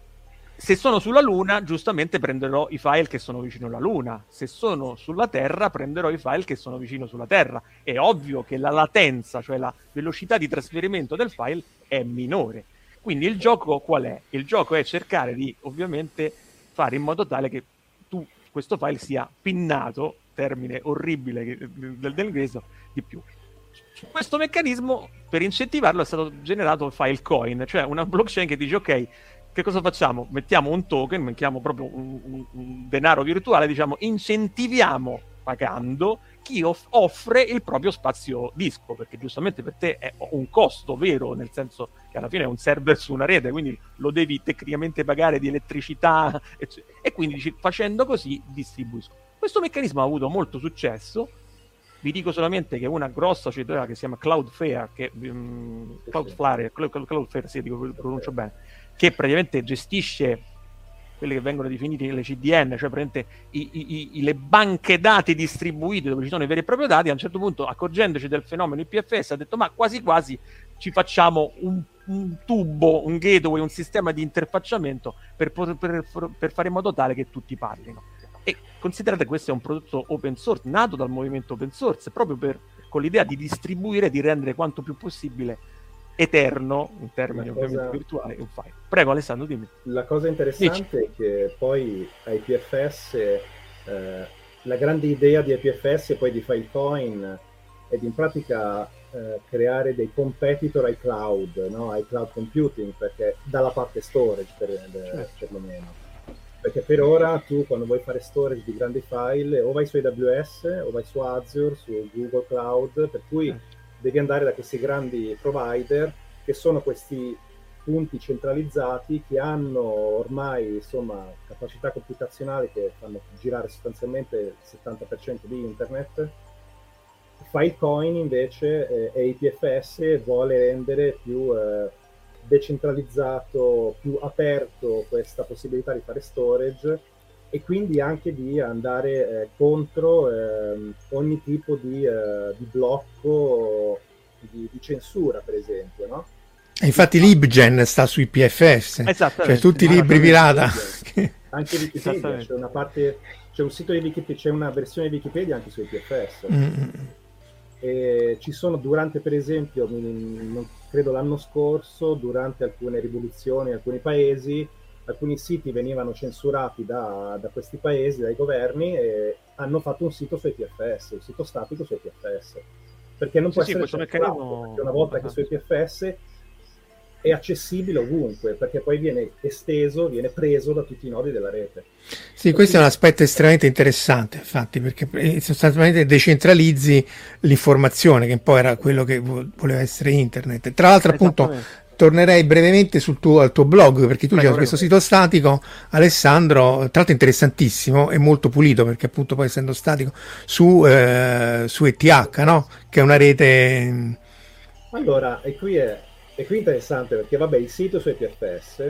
se sono sulla Luna giustamente prenderò i file che sono vicino alla Luna, se sono sulla Terra prenderò i file che sono vicino sulla Terra. È ovvio che la latenza, cioè la velocità di trasferimento del file, è minore. Quindi il gioco qual è? Il gioco è cercare di ovviamente fare in modo tale che questo file sia pinnato, termine orribile dell'inglese, di più. Su questo meccanismo, per incentivarlo, è stato generato il Filecoin, cioè una blockchain che dice ok, che cosa facciamo? Mettiamo un token, mettiamo proprio un denaro virtuale, diciamo, incentiviamo pagando chi offre il proprio spazio disco, perché giustamente per te è un costo vero, nel senso che alla fine è un server su una rete, quindi lo devi tecnicamente pagare di elettricità, eccetera. E quindi facendo così distribuisco. Questo meccanismo ha avuto molto successo. Vi dico solamente che una grossa società che si chiama Cloudflare, Cloudflare, sì, dico, pronuncio bene, che praticamente gestisce quelle che vengono definite le CDN, cioè praticamente le banche dati distribuite dove ci sono i veri e propri dati. A un certo punto, accorgendoci del fenomeno IPFS, ha detto ma quasi quasi ci facciamo un tubo, un gateway, un sistema di interfacciamento per fare in modo tale che tutti parlino. E considerate, questo è un prodotto open source, nato dal movimento open source, proprio con l'idea di distribuire, di rendere quanto più possibile eterno, in termini ovviamente virtuali, un file. Prego Alessandro, dimmi.
La cosa interessante è che poi IPFS, la grande idea di IPFS e poi di Filecoin è di in pratica creare dei competitor ai cloud, no? Ai cloud computing, perché dalla parte storage perlomeno. Perché per ora tu, quando vuoi fare storage di grandi file, o vai su AWS o vai su Azure, su Google Cloud, per cui devi andare da questi grandi provider che sono questi punti centralizzati che hanno ormai, insomma, capacità computazionali che fanno girare sostanzialmente il 70% di internet. Filecoin invece e IPFS vuole rendere più decentralizzato, più aperto questa possibilità di fare storage, e quindi anche di andare contro ogni tipo di blocco, di censura, per esempio, no?
E infatti LibGen sta su IPFS, cioè tutti i libri pirata.
Anche Wikipedia, c'è un sito di Wikipedia, c'è una versione di Wikipedia anche su IPFS. E ci sono durante, per esempio, non credo l'anno scorso, durante alcune rivoluzioni in alcuni paesi, alcuni siti venivano censurati da questi paesi, dai governi, e hanno fatto un sito su IPFS, un sito statico su IPFS, perché non può essere censurato, perché una volta che su IPFS è accessibile ovunque, perché poi viene esteso, viene preso da tutti i nodi della rete.
Sì, questo è un aspetto estremamente interessante, infatti, perché sostanzialmente decentralizzi l'informazione, che un po' era quello che voleva essere internet. Tra l'altro, appunto, tornerei brevemente al tuo blog, perché tu hai questo sito statico, Alessandro, tra l'altro interessantissimo e molto pulito, perché appunto poi essendo statico su ETH, no? Che è una rete...
Allora, e qui è interessante, perché vabbè, il sito su IPFS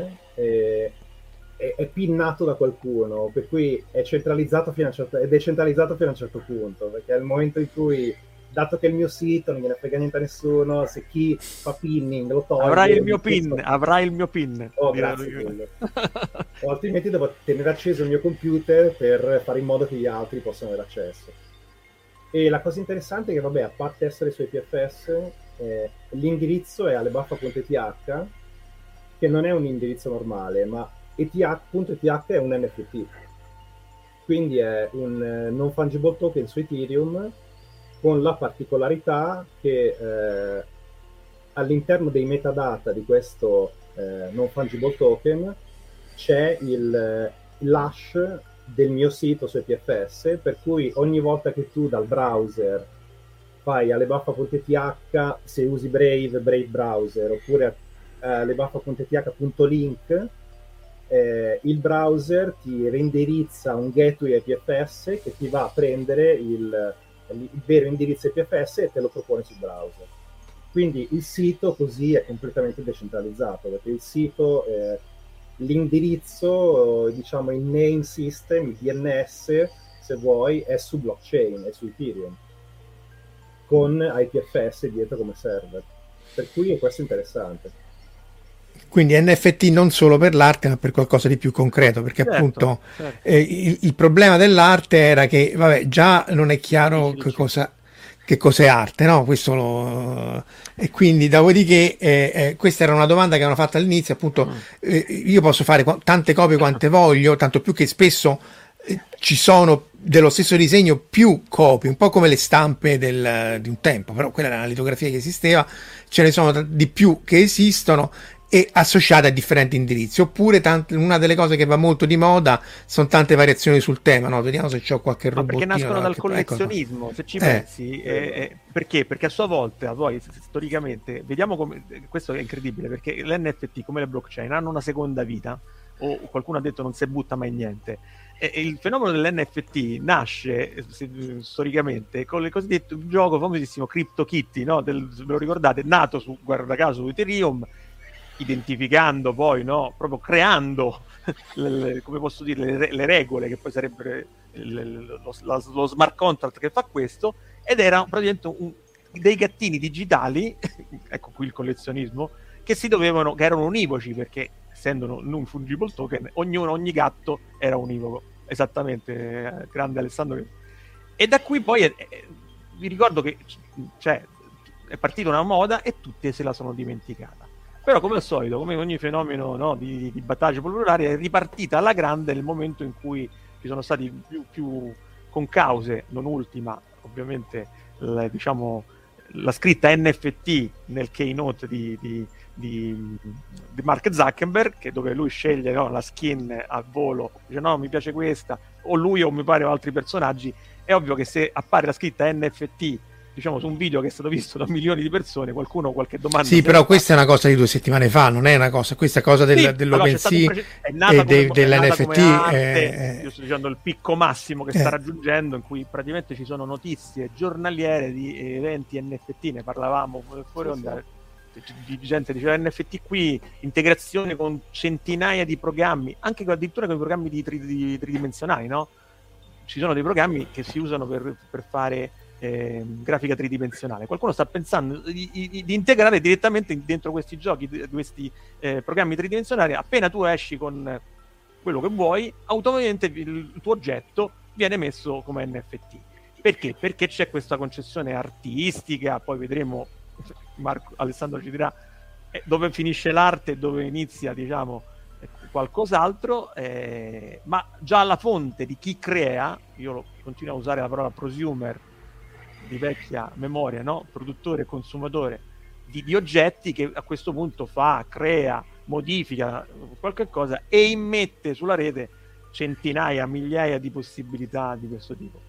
è pinnato da qualcuno, per cui è decentralizzato fino a un certo punto, perché al momento in cui, dato che è il mio sito, non gliene frega niente a nessuno, se chi fa pinning lo toglie... Avrai il mio pin. Oh, grazie. O altrimenti devo tenere acceso il mio computer per fare in modo che gli altri possano avere accesso. E la cosa interessante è che, vabbè, a parte essere su IPFS, l'indirizzo è alebaffa.eth, che non è un indirizzo normale, ma ETH.eth è un NFT. Quindi è un non fungible token su Ethereum, con la particolarità che all'interno dei metadata di questo non fungible token c'è l'hash del mio sito su EPFS, per cui ogni volta che tu dal browser fai alebaffa.eth, se usi Brave Browser, oppure alebaffa.eth.link, il browser ti reindirizza un gateway IPFS che ti va a prendere il vero indirizzo IPFS e te lo propone sul browser. Quindi il sito così è completamente decentralizzato, perché il sito, l'indirizzo, diciamo il name system, il DNS, se vuoi, è su blockchain, è su Ethereum, con IPFS dietro come server. Per cui questo è interessante.
Quindi NFT non solo per l'arte, ma per qualcosa di più concreto, perché
Certo,
appunto
certo.
Il problema dell'arte era che, vabbè, già non è chiaro che cos'è arte, no? E quindi dopodiché questa era una domanda che avevano fatto all'inizio, appunto, io posso fare tante copie quante voglio, tanto più che spesso ci sono dello stesso disegno più copie, un po' come le stampe di un tempo, però quella era una litografia che esisteva, ce ne sono di più che esistono e associate a differenti indirizzi. Oppure una delle cose che va molto di moda sono tante variazioni sul tema, no? Vediamo se c'ho qualche robottino.
Ma perché nascono dal collezionismo, ecco. Se ci pensi, perché? Perché a sua volta, poi storicamente, vediamo come, questo è incredibile, perché l'NFT come le blockchain hanno una seconda vita, o qualcuno ha detto non si butta mai niente. E il fenomeno dell'NFT nasce storicamente con il cosiddetto gioco famosissimo CryptoKitty, no? Ve lo ricordate? Nato su, guarda caso, su Ethereum, identificando poi, no, proprio creando come posso dire, le regole che poi sarebbero lo smart contract che fa questo, ed era praticamente dei gattini digitali ecco qui il collezionismo, che erano univoci, perché essendo non fungible token ogni gatto era univoco, esattamente, grande Alessandro. E da qui poi vi ricordo che è partita una moda e tutte se la sono dimenticata. Però come al solito, come ogni fenomeno, no, di battaggio popolare, è ripartita alla grande nel momento in cui ci sono stati più concause, non ultima ovviamente diciamo la scritta NFT nel keynote di Mark Zuckerberg, dove lui sceglie, no, la skin a volo, dice no, mi piace questa, o lui o mi pare o altri personaggi. È ovvio che se appare la scritta NFT, diciamo, su un video che è stato visto da milioni di persone, qualcuno qualche domanda.
Sì, però questa è una cosa di 2 settimane fa, non è una cosa, questa cosa dell'OpenSea e dell'NFT.
Io sto dicendo il picco massimo che sta raggiungendo, in cui praticamente ci sono notizie giornaliere di eventi NFT, ne parlavamo fuori onda, di gente diceva NFT qui, integrazione con centinaia di programmi, anche addirittura con i programmi tridimensionali, no? Ci sono dei programmi che si usano per fare grafica tridimensionale. Qualcuno sta pensando di integrare direttamente dentro questi giochi, questi programmi tridimensionali. Appena tu esci con quello che vuoi, automaticamente il tuo oggetto viene messo come NFT. Perché? Perché c'è questa concezione artistica, poi vedremo, Alessandro ci dirà dove finisce l'arte e dove inizia, diciamo, qualcos'altro, ma già la fonte di chi crea, io continuo a usare la parola prosumer di vecchia memoria, no? Produttore e consumatore di oggetti, che a questo punto crea, modifica qualche cosa e immette sulla rete centinaia, migliaia di possibilità di questo tipo.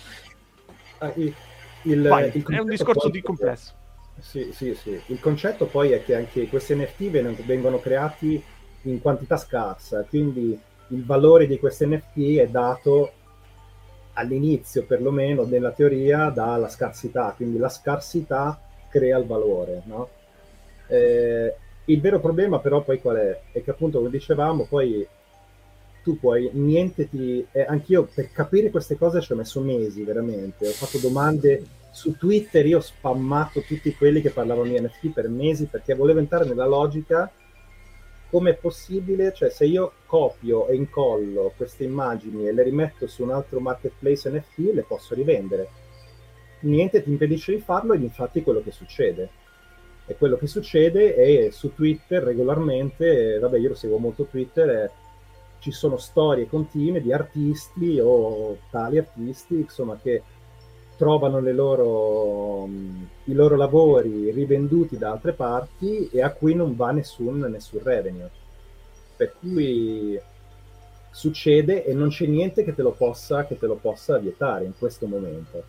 È un discorso di complesso.
Sì. Il concetto poi è che anche questi NFT vengono creati in quantità scarsa, quindi il valore di questi NFT è dato all'inizio, perlomeno nella teoria, dalla scarsità, quindi la scarsità crea il valore, no? Il vero problema però poi qual è? È che appunto, come dicevamo, poi tu puoi, anch'io per capire queste cose ci ho messo mesi, veramente, ho fatto domande su Twitter, io ho spammato tutti quelli che parlavano di NFT per mesi, perché volevo entrare nella logica. Come è possibile, cioè se io copio e incollo queste immagini e le rimetto su un altro marketplace NFT, le posso rivendere. niente ti impedisce di farlo, ed infatti è quello che succede. E quello che succede è su Twitter regolarmente, vabbè, io lo seguo molto Twitter, ci sono storie continue di artisti o tali artisti, insomma, che trovano i loro lavori rivenduti da altre parti e a cui non va nessun revenue. Per cui succede, e non c'è niente che te lo possa vietare in questo momento.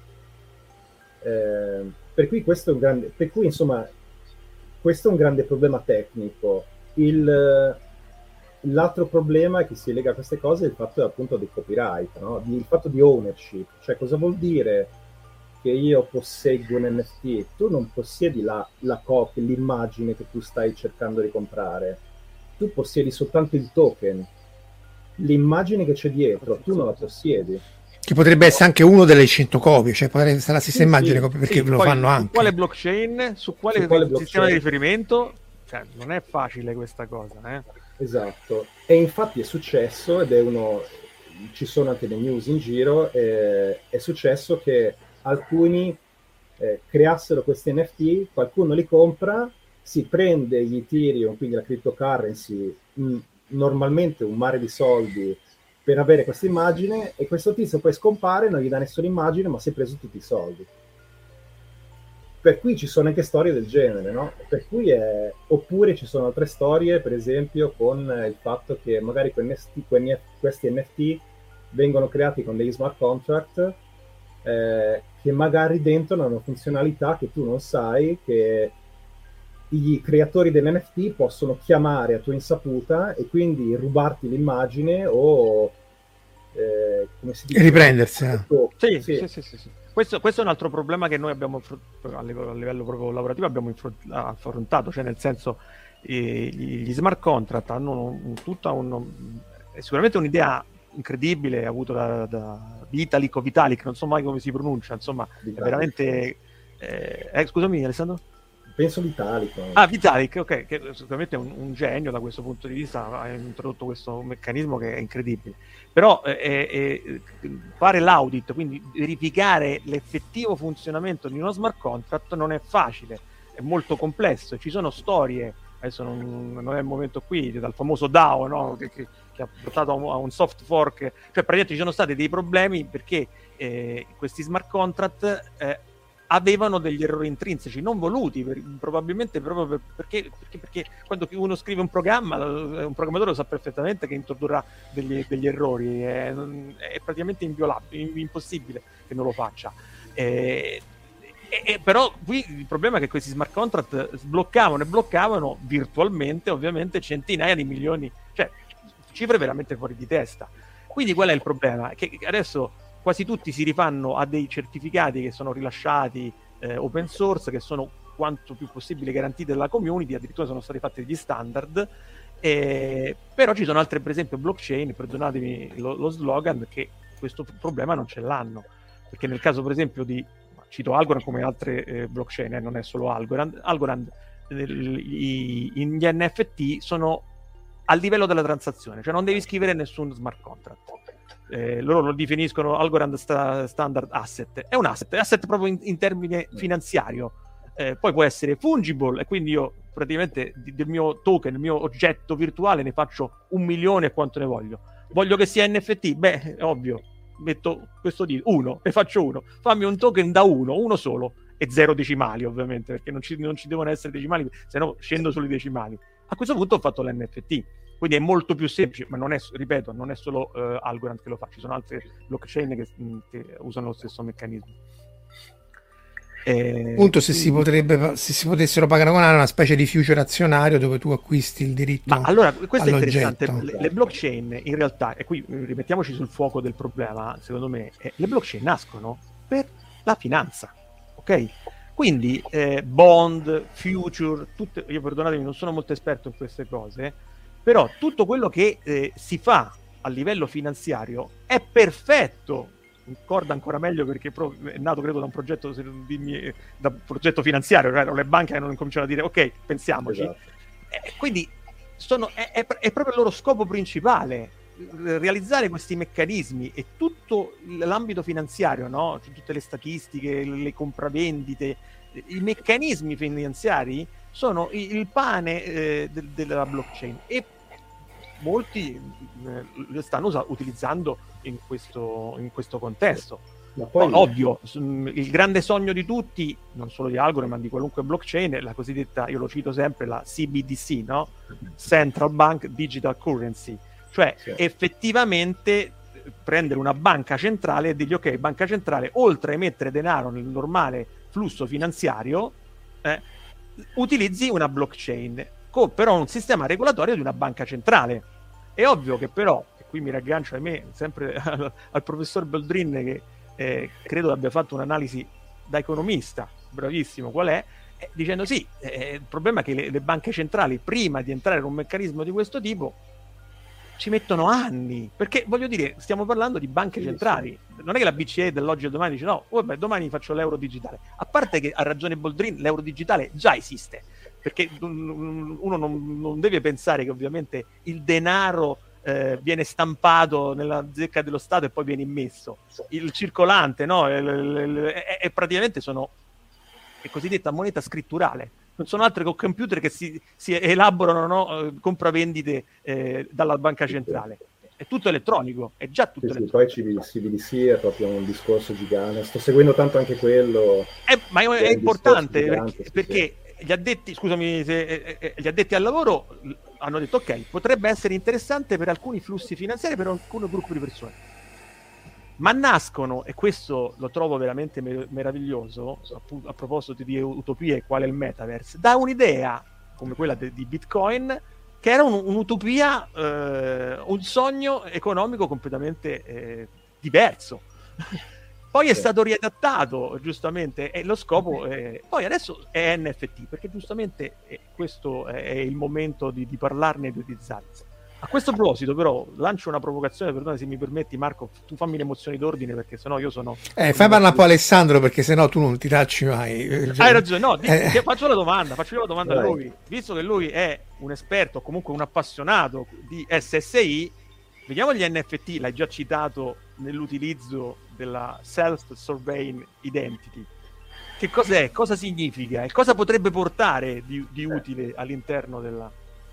Per cui questo è un grande, insomma, questo è un grande problema tecnico. L'altro problema che si lega a queste cose è il fatto appunto del copyright, no? Il fatto di ownership. Cioè, cosa vuol dire che io posseggo un NFT? Tu non possiedi la copia, l'immagine che tu stai cercando di comprare. Tu possiedi soltanto il token. L'immagine che c'è dietro, tu non la possiedi.
Che potrebbe essere anche uno delle 100 copie, cioè potrebbe essere la stessa immagine, perché lo fanno anche.
Su quale blockchain, su quale sistema di riferimento? Cioè, non è facile questa cosa,
Esatto. E infatti è successo, ed è ci sono anche dei news in giro, è successo che alcuni creassero questi NFT, qualcuno li compra, si prende gli Ethereum, quindi la cryptocurrency, normalmente un mare di soldi, per avere questa immagine, e questo tizio poi scompare, non gli dà nessuna immagine, ma si è preso tutti i soldi. Per cui ci sono anche storie del genere, no? Per cui oppure ci sono altre storie, per esempio, con il fatto che magari questi NFT vengono creati con degli smart contract che magari dentro hanno funzionalità che tu non sai, che i creatori dell'NFT possono chiamare a tua insaputa e quindi rubarti l'immagine o come si dice?
Riprendersela.
Sì. Questo è un altro problema che noi abbiamo a livello proprio lavorativo abbiamo affrontato, cioè nel senso gli smart contract hanno è sicuramente un'idea incredibile, avuto da Vitalik o Vitalik, non so mai come si pronuncia, insomma, Vitalik. È veramente scusami Alessandro?
Penso Vitalik.
Vitalik, ok, che sicuramente è un genio da questo punto di vista, ha introdotto questo meccanismo che è incredibile. Però fare l'audit, quindi verificare l'effettivo funzionamento di uno smart contract non è facile, è molto complesso, ci sono storie, adesso non è il momento qui, dal famoso DAO, no? che ha portato a un soft fork, cioè praticamente ci sono stati dei problemi perché questi smart contract avevano degli errori intrinseci non voluti, probabilmente proprio perché quando uno scrive un programma, un programmatore lo sa perfettamente che introdurrà degli errori, è praticamente inviolabile, impossibile che non lo faccia. Però qui il problema è che questi smart contract bloccavano virtualmente, ovviamente, centinaia di milioni, cioè cifre veramente fuori di testa. Quindi qual è il problema? Che adesso quasi tutti si rifanno a dei certificati che sono rilasciati open source, che sono quanto più possibile garantiti dalla community, addirittura sono stati fatti degli standard, però ci sono altre, per esempio blockchain, perdonatemi lo slogan, che questo problema non ce l'hanno, perché nel caso per esempio cito Algorand come altre blockchain, non è solo Algorand, gli NFT sono al livello della transazione, cioè non devi scrivere nessun smart contract. Loro lo definiscono Algorand standard asset, è un asset proprio in termine finanziario, poi può essere fungible, e quindi io praticamente del mio token, il mio oggetto virtuale, ne faccio 1 milione quanto ne voglio che sia NFT, beh, è ovvio, metto questo di 1 e faccio 1, fammi un token da 1 solo, e 0 decimali ovviamente, perché non ci devono essere decimali, se no scendo sulle decimali. A questo punto ho fatto l'NFT, quindi è molto più semplice, ma non è solo Algorand che lo fa, ci sono altre blockchain che usano lo stesso meccanismo.
Appunto, se si potessero paragonare una specie di future azionario dove tu acquisti il diritto.
Ma allora, questo
all'oggetto.
È interessante, le blockchain in realtà, e qui rimettiamoci sul fuoco del problema, secondo me, le blockchain nascono per la finanza, ok? Quindi bond, future, io perdonatemi, non sono molto esperto in queste cose, però tutto quello che si fa a livello finanziario è perfetto, ricorda ancora meglio perché è nato credo da un progetto, da un progetto finanziario, cioè le banche hanno cominciato a dire ok, pensiamoci, esatto. Quindi è proprio il loro scopo principale, realizzare questi meccanismi e tutto l'ambito finanziario, no? Tutte le statistiche, le compravendite, i meccanismi finanziari sono il pane della blockchain, e molti lo stanno utilizzando in questo contesto.
Ma poi
ovvio, il grande sogno di tutti, non solo di Algorand ma di qualunque blockchain, è la cosiddetta, io lo cito sempre, la CBDC, no? Central Bank Digital Currency, cioè effettivamente prendere una banca centrale e dirgli: ok, banca centrale, oltre a emettere denaro nel normale flusso finanziario, utilizzi una blockchain con però un sistema regolatorio di una banca centrale. È ovvio che però, e qui mi raggancio sempre al professor Boldrin, che credo abbia fatto un'analisi da economista, bravissimo qual è, dicendo sì, il problema è che le banche centrali, prima di entrare in un meccanismo di questo tipo, ci mettono anni, perché voglio dire, stiamo parlando di banche centrali, non è che la BCE dall'oggi al domani dice no, vabbè, domani faccio l'euro digitale, a parte che ha ragione Boldrin, l'euro digitale già esiste, perché uno non deve pensare che ovviamente il denaro viene stampato nella zecca dello Stato e poi viene immesso. Il circolante, no? È praticamente è cosiddetta moneta scritturale. Non sono altro che computer che si elaborano, no? Compravendite dalla banca centrale. È tutto elettronico, è già tutto elettronico.
Poi CBDC è proprio un discorso gigante. Sto seguendo tanto anche quello.
Ma è importante perché gli addetti, scusami, gli addetti al lavoro hanno detto ok, potrebbe essere interessante per alcuni flussi finanziari, per alcuni gruppi di persone, ma nascono, e questo lo trovo veramente meraviglioso, appunto, a proposito di utopie quale il metaverse, da un'idea come quella di Bitcoin, che era un'utopia, un sogno economico completamente diverso. Poi è stato riadattato, giustamente, e lo scopo poi adesso è NFT, perché giustamente questo è il momento di parlarne e di utilizzarli. A questo proposito però lancio una provocazione, perdona se mi permetti Marco, tu fammi le mozioni d'ordine, perché sennò io sono...
fai parlare un po' Alessandro, perché sennò tu non ti tacci mai.
Hai ragione, no, faccio la domanda a lui, visto che lui è un esperto, comunque un appassionato di SSI, vediamo gli NFT, l'hai già citato nell'utilizzo della Self-Sovereign Identity. Che cos'è? Cosa significa? E cosa potrebbe portare di utile all'interno della...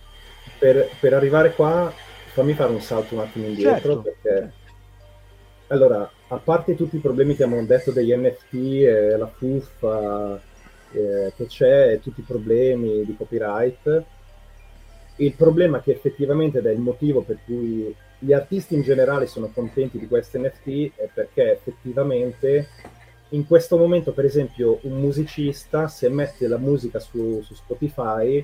Per arrivare qua, fammi fare un salto un attimo indietro, perché allora, a parte tutti i problemi che abbiamo detto degli NFT, la fuffa che c'è, tutti i problemi di copyright, il problema che effettivamente ed è il motivo per cui gli artisti in generale sono contenti di questi NFT è perché effettivamente in questo momento, per esempio, un musicista, se mette la musica su Spotify,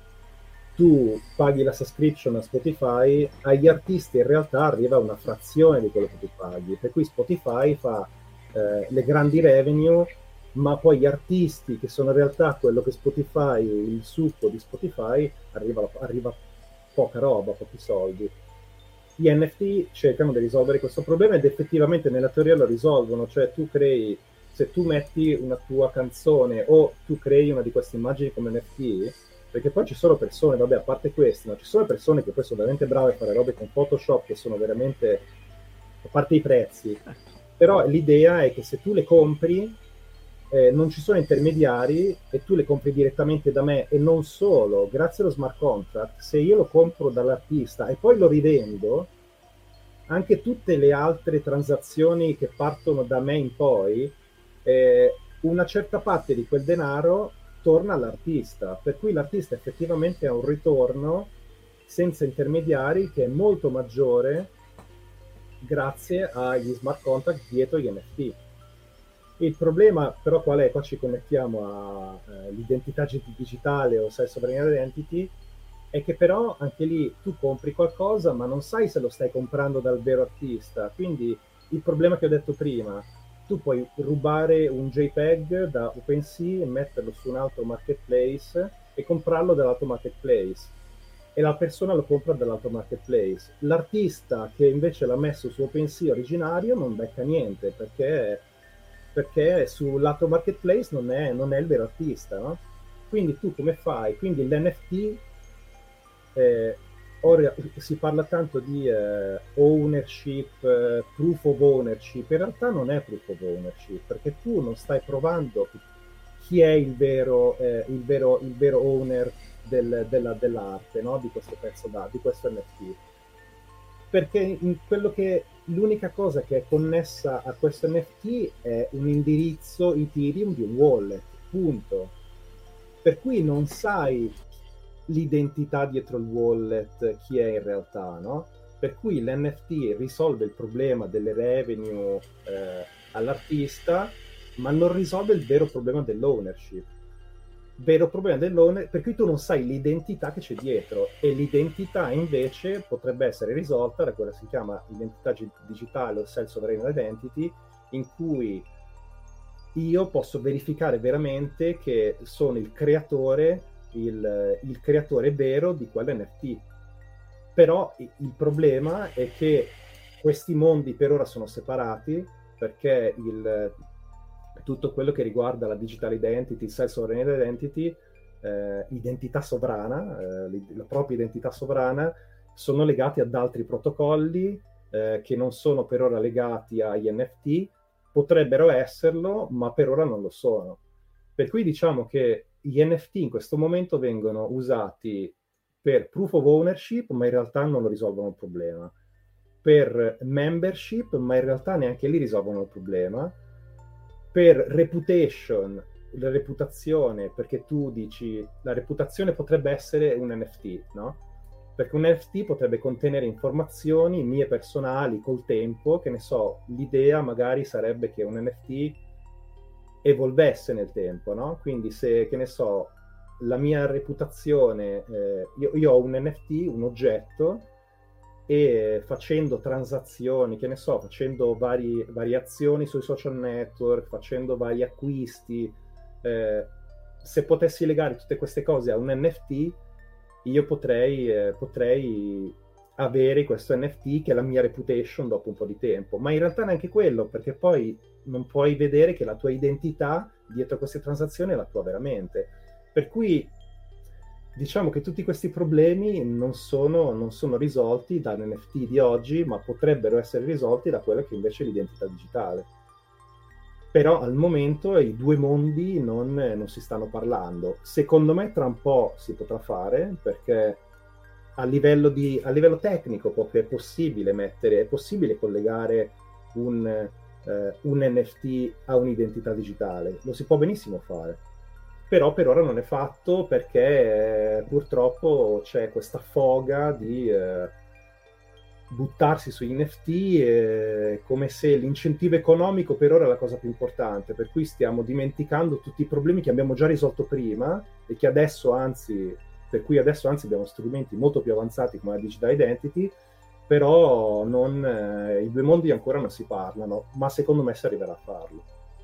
tu paghi la subscription a Spotify, agli artisti in realtà arriva una frazione di quello che tu paghi, per cui Spotify fa le grandi revenue, ma poi gli artisti, che sono in realtà quello che Spotify, il succo di Spotify, arriva poca roba, pochi soldi. Gli NFT cercano di risolvere questo problema ed effettivamente nella teoria lo risolvono, cioè se tu metti una tua canzone o tu crei una di queste immagini come NFT, perché poi ci sono persone, vabbè, a parte queste, ma ci sono persone che poi sono veramente brave a fare robe con Photoshop, che sono veramente, a parte i prezzi, però l'idea è che se tu le compri non ci sono intermediari e tu le compri direttamente da me, e non solo, grazie allo smart contract, se io lo compro dall'artista e poi lo rivendo, anche tutte le altre transazioni che partono da me in poi, una certa parte di quel denaro torna all'artista, per cui l'artista effettivamente ha un ritorno senza intermediari che è molto maggiore grazie agli smart contract dietro gli NFT. Il problema però qual è? Qua ci connettiamo all'identità digitale o self-sovereign identity, è che però anche lì tu compri qualcosa ma non sai se lo stai comprando dal vero artista, quindi il problema che ho detto prima, tu puoi rubare un JPEG da OpenSea e metterlo su un altro marketplace e comprarlo dall'altro marketplace, e la persona lo compra dall'altro marketplace. L'artista che invece l'ha messo su OpenSea originario non becca niente, perché sul lato marketplace non è il vero artista, no? Quindi tu come fai? Quindi l'NFT ora si parla tanto di ownership, proof of ownership. In realtà non è proof of ownership, perché tu non stai provando chi è il vero owner dell'arte, no? Di questo pezzo d'arte, di questo NFT. Perché l'unica cosa che è connessa a questo NFT è un indirizzo Ethereum di un wallet, punto. Per cui non sai l'identità dietro il wallet, chi è in realtà, no? Per cui l'NFT risolve il problema delle revenue all'artista, ma non risolve il vero problema dell'ownership. Per cui tu non sai l'identità che c'è dietro, e l'identità invece potrebbe essere risolta da quella che si chiama identità digitale o self-sovereign identity, in cui io posso verificare veramente che sono il creatore vero di quell'NFT. Però il problema è che questi mondi per ora sono separati, perché tutto quello che riguarda la digital identity, self-sovereign identity, identità sovrana, la propria identità sovrana, sono legati ad altri protocolli che non sono per ora legati agli NFT. Potrebbero esserlo, ma per ora non lo sono. Per cui diciamo che gli NFT in questo momento vengono usati per proof of ownership, ma in realtà non lo risolvono il problema. Per membership, ma in realtà neanche lì risolvono il problema. Per reputation, la reputazione, perché tu dici la reputazione potrebbe essere un NFT, no? Perché un NFT potrebbe contenere informazioni mie personali col tempo, che ne so, l'idea magari sarebbe che un NFT evolvesse nel tempo, no? Quindi se, che ne so, la mia reputazione, io ho un NFT, un oggetto, e facendo transazioni, che ne so, facendo varie azioni sui social network, facendo vari acquisti, se potessi legare tutte queste cose a un NFT, io potrei avere questo NFT che è la mia reputation dopo un po' di tempo. Ma in realtà neanche quello, perché poi non puoi vedere che la tua identità dietro a queste transazioni è la tua veramente. Per cui diciamo che tutti questi problemi non sono risolti dall'NFT di oggi, ma potrebbero essere risolti da quella che invece è l'identità digitale. Però al momento i due mondi non si stanno parlando. Secondo me tra un po' si potrà fare, perché a livello tecnico proprio è possibile collegare un NFT a un'identità digitale. Lo si può benissimo fare. Però per ora non è fatto, perché purtroppo c'è questa foga di buttarsi sui NFT, come se l'incentivo economico per ora è la cosa più importante, per cui stiamo dimenticando tutti i problemi che abbiamo già risolto prima e che adesso anzi abbiamo strumenti molto più avanzati come la digital identity, però i due mondi ancora non si parlano, ma secondo me si arriverà a farlo.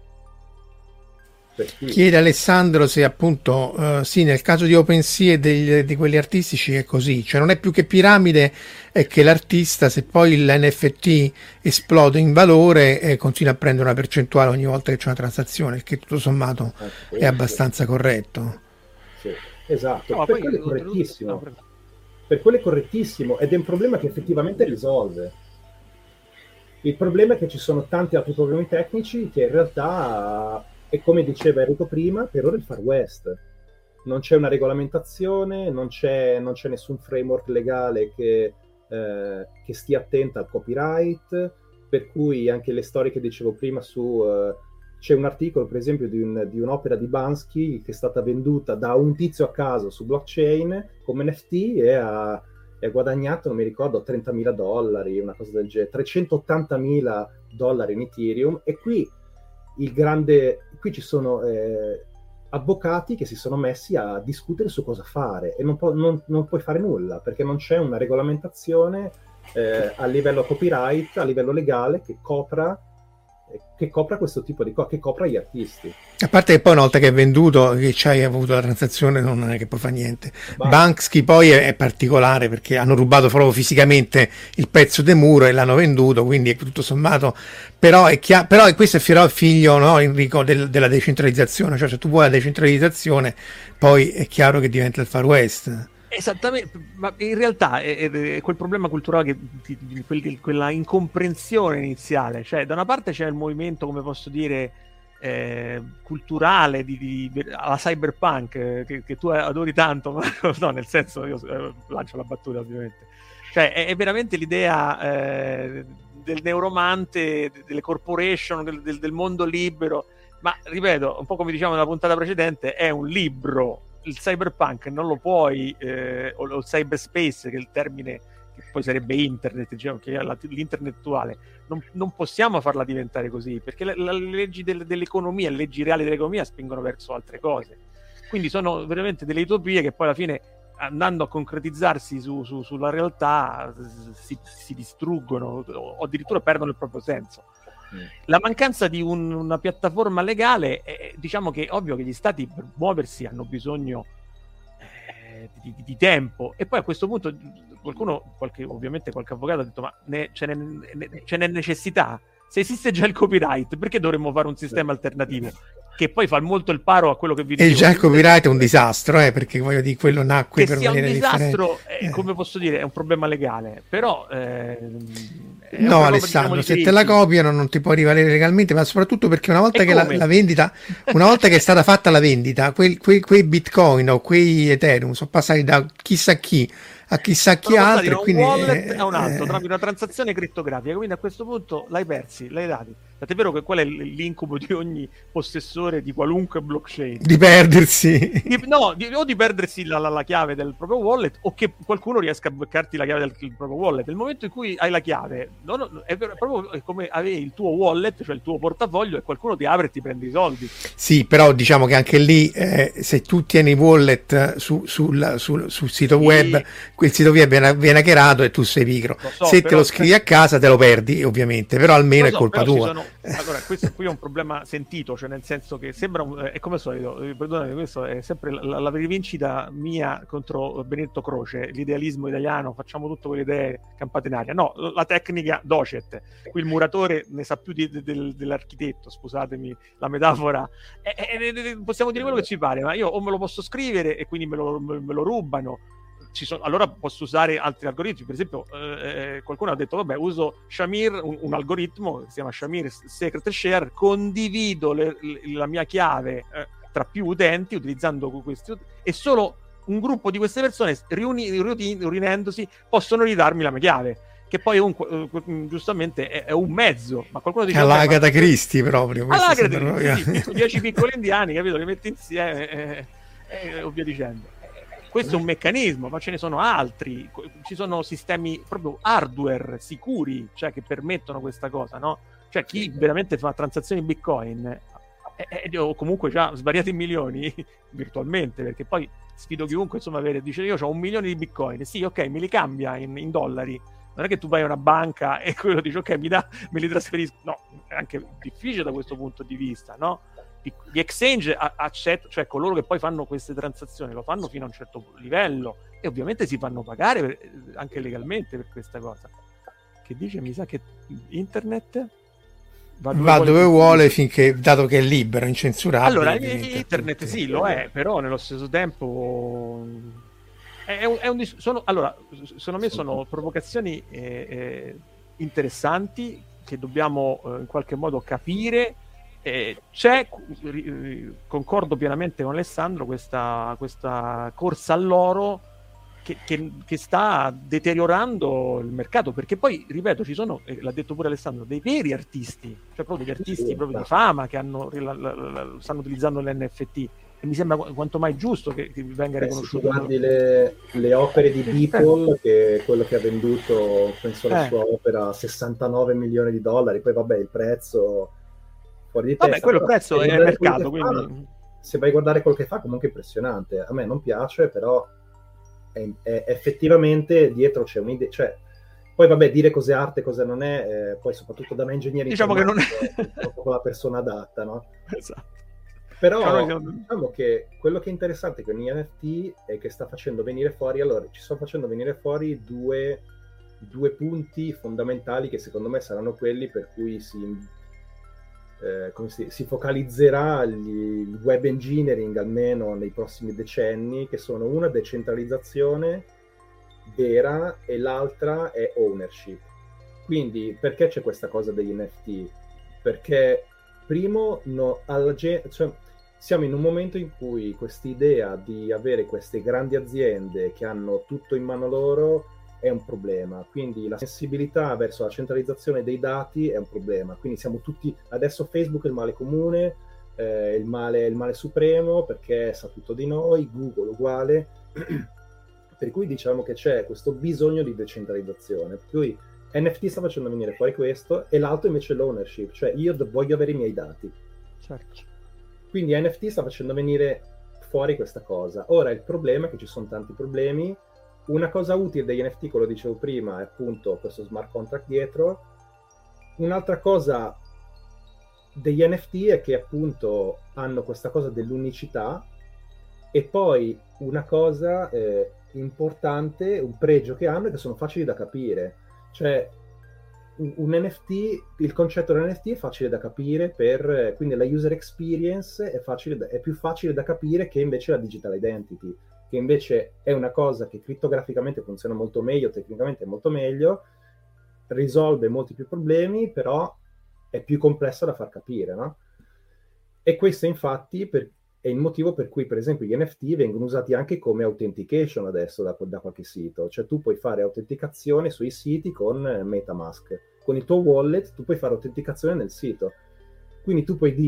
Chiede Alessandro se appunto sì, nel caso di OpenSea e di quelli artistici è così, cioè non è più che piramide, è che l'artista, se poi l'NFT esplode in valore, continua a prendere una percentuale ogni volta che c'è una transazione, il che tutto sommato è abbastanza corretto.
Sì, esatto, no, per quello è correttissimo. Per quello è correttissimo ed è un problema che effettivamente risolve. Il problema è che ci sono tanti altri problemi tecnici che in realtà, e come diceva Enrico prima, per ora il Far West. Non c'è una regolamentazione, non c'è nessun framework legale che stia attenta al copyright, per cui anche le storie che dicevo prima c'è un articolo per esempio di un'opera di Bansky che è stata venduta da un tizio a caso su blockchain come NFT e ha guadagnato, non mi ricordo, $30.000, una cosa del genere, $380.000 in Ethereum. E qui ci sono avvocati che si sono messi a discutere su cosa fare e non puoi fare nulla perché non c'è una regolamentazione a livello copyright, a livello legale che copra questo tipo di cose, che copra gli artisti.
A parte che poi una volta che è venduto, che c'hai avuto la transazione, non è che poi fa niente. Banksy poi è particolare perché hanno rubato proprio fisicamente il pezzo del muro e l'hanno venduto, quindi è tutto sommato, però è chiaro, però questo è figlio, no, Enrico, della decentralizzazione, cioè se tu vuoi la decentralizzazione poi è chiaro che diventa il Far West.
Esattamente, ma in realtà è quel problema culturale quella incomprensione iniziale, cioè da una parte c'è il movimento, come posso dire, culturale alla cyberpunk, che tu adori tanto, ma no, nel senso, io lancio la battuta ovviamente, cioè è veramente l'idea del neuromante, delle corporation, del mondo libero, ma ripeto, un po' come diciamo nella puntata precedente, è un libro. Il cyberpunk non lo puoi, o il cyberspace, che è il termine che poi sarebbe internet, diciamo, che è l'internet attuale, non possiamo farla diventare così, perché le leggi dell'economia, le leggi reali dell'economia spingono verso altre cose. Quindi sono veramente delle utopie che poi alla fine, andando a concretizzarsi sulla realtà, si distruggono o addirittura perdono il proprio senso. La mancanza di una piattaforma legale, diciamo che è ovvio che gli stati per muoversi hanno bisogno di tempo, e poi a questo punto ovviamente qualche avvocato ha detto ma ce n'è necessità? Se esiste già il copyright, perché dovremmo fare un sistema alternativo? Che poi fa molto il paro a quello che vi dicevo.
E già il copyright è un disastro, perché voglio dire, quello nacque
che
per
sia un
vedere
disastro, come posso dire, è un problema legale, però
no, Alessandro, se te la copiano non ti puoi rivalere legalmente, ma soprattutto perché una volta che la vendita, una volta che è stata fatta la vendita, quei Bitcoin o quei Ethereum sono passati da chissà chi a chissà chi altro,
da un wallet a un altro tramite una transazione criptografica, quindi a questo punto l'hai persi, l'hai dati. Tant'è vero che qual è l'incubo di ogni possessore di qualunque blockchain? Di perdersi o di perdersi la chiave del proprio wallet, o che qualcuno riesca a beccarti la chiave del proprio wallet. Nel momento in cui hai la chiave, è proprio come avevi il tuo wallet, cioè il tuo portafoglio, e qualcuno ti apre e ti prende i soldi.
Sì, però diciamo che anche lì se tu tieni wallet sul sito web, quel sito web viene hackerato e tu sei pigro. Se te lo scrivi a casa te lo perdi ovviamente, però almeno è colpa tua.
Allora, questo qui è un problema sentito, cioè nel senso che sembra è come al solito, perdonate, questo è sempre la rivincita mia contro Benedetto Croce, l'idealismo italiano, facciamo tutto con le idee campate in aria. No, la tecnica docet, qui il muratore ne sa più dell'architetto, scusatemi la metafora, possiamo dire quello che ci pare, ma io o me lo posso scrivere e quindi me lo rubano. Allora posso usare altri algoritmi, per esempio qualcuno ha detto vabbè, uso Shamir, un algoritmo che si chiama Shamir Secret Share, condivido la mia chiave tra più utenti utilizzando questi, e solo un gruppo di queste persone riunendosi possono ridarmi la mia chiave, che poi giustamente è un mezzo, ma qualcuno dice
all'Agatha Christie proprio,
sì, 10 piccoli indiani, capito, li metti insieme e via dicendo. Questo è un meccanismo, ma ce ne sono altri. Ci sono sistemi proprio hardware sicuri, cioè che permettono questa cosa, no? Cioè chi veramente fa transazioni Bitcoin o comunque già svariati milioni virtualmente, perché poi sfido chiunque, insomma, dice io ho 1 milione di Bitcoin, sì, ok, me li cambia in dollari. Non è che tu vai a una banca e quello dice ok, me li trasferisco. No, è anche difficile da questo punto di vista, no? Gli exchange accettano, cioè coloro che poi fanno queste transazioni lo fanno fino a un certo livello e ovviamente si fanno pagare anche legalmente per questa cosa. Che dice, mi sa che internet
va dove vuole finché, dato che è libero, incensurato.
Allora, internet sì, lo è, però nello stesso tempo allora, secondo me sono provocazioni interessanti che dobbiamo in qualche modo capire. Concordo pienamente con Alessandro, questa corsa all'oro che sta deteriorando il mercato, perché poi, ripeto, ci sono, l'ha detto pure Alessandro, dei veri artisti, cioè proprio degli artisti proprio di fama che stanno utilizzando l'NFT, e mi sembra quanto mai giusto che venga riconosciuto.
Se tu guardi le opere di Beeple, che è quello che ha venduto, penso, la sua opera a $69 milioni, poi vabbè, il prezzo fuori di testa.
Vabbè, quello prezzo è il mercato, quindi
se vai a guardare quello che fa, comunque è impressionante. A me non piace, però è effettivamente dietro c'è un'idea, cioè poi vabbè, dire cos'è arte, cosa non è, poi soprattutto da me ingegnere,
diciamo che non
è proprio la persona adatta, no?
Esatto.
Però diciamo che quello che è interessante con gli NFT è che sta facendo venire fuori, ci sto facendo venire fuori due punti fondamentali che secondo me saranno quelli per cui si focalizzerà il web engineering almeno nei prossimi decenni, che sono una decentralizzazione vera e l'altra è ownership. Quindi perché c'è questa cosa degli NFT? Perché primo cioè, siamo in un momento in cui quest'idea di avere queste grandi aziende che hanno tutto in mano loro è un problema, quindi la sensibilità verso la centralizzazione dei dati è un problema, quindi siamo tutti, adesso Facebook è il male comune, il male supremo perché sa tutto di noi, Google uguale, per cui diciamo che c'è questo bisogno di decentralizzazione, per cui NFT sta facendo venire fuori questo, e l'altro invece è l'ownership, cioè io voglio avere i miei dati.
Certo.
Quindi NFT sta facendo venire fuori questa cosa. Ora il problema è che ci sono tanti problemi. Una cosa utile degli NFT, come lo dicevo prima, è appunto questo smart contract dietro. Un'altra cosa degli NFT è che appunto hanno questa cosa dell'unicità, e poi una cosa importante, un pregio che hanno, è che sono facili da capire. Cioè un NFT, il concetto dell'NFT è facile da capire, quindi la user experience è più facile da capire che invece la digital identity, che invece è una cosa che crittograficamente funziona molto meglio, tecnicamente è molto meglio, risolve molti più problemi, però è più complessa da far capire, no? E questo infatti è il motivo per cui per esempio gli NFT vengono usati anche come authentication adesso da qualche sito, cioè tu puoi fare autenticazione sui siti con MetaMask, con il tuo wallet tu puoi fare autenticazione nel sito, quindi tu puoi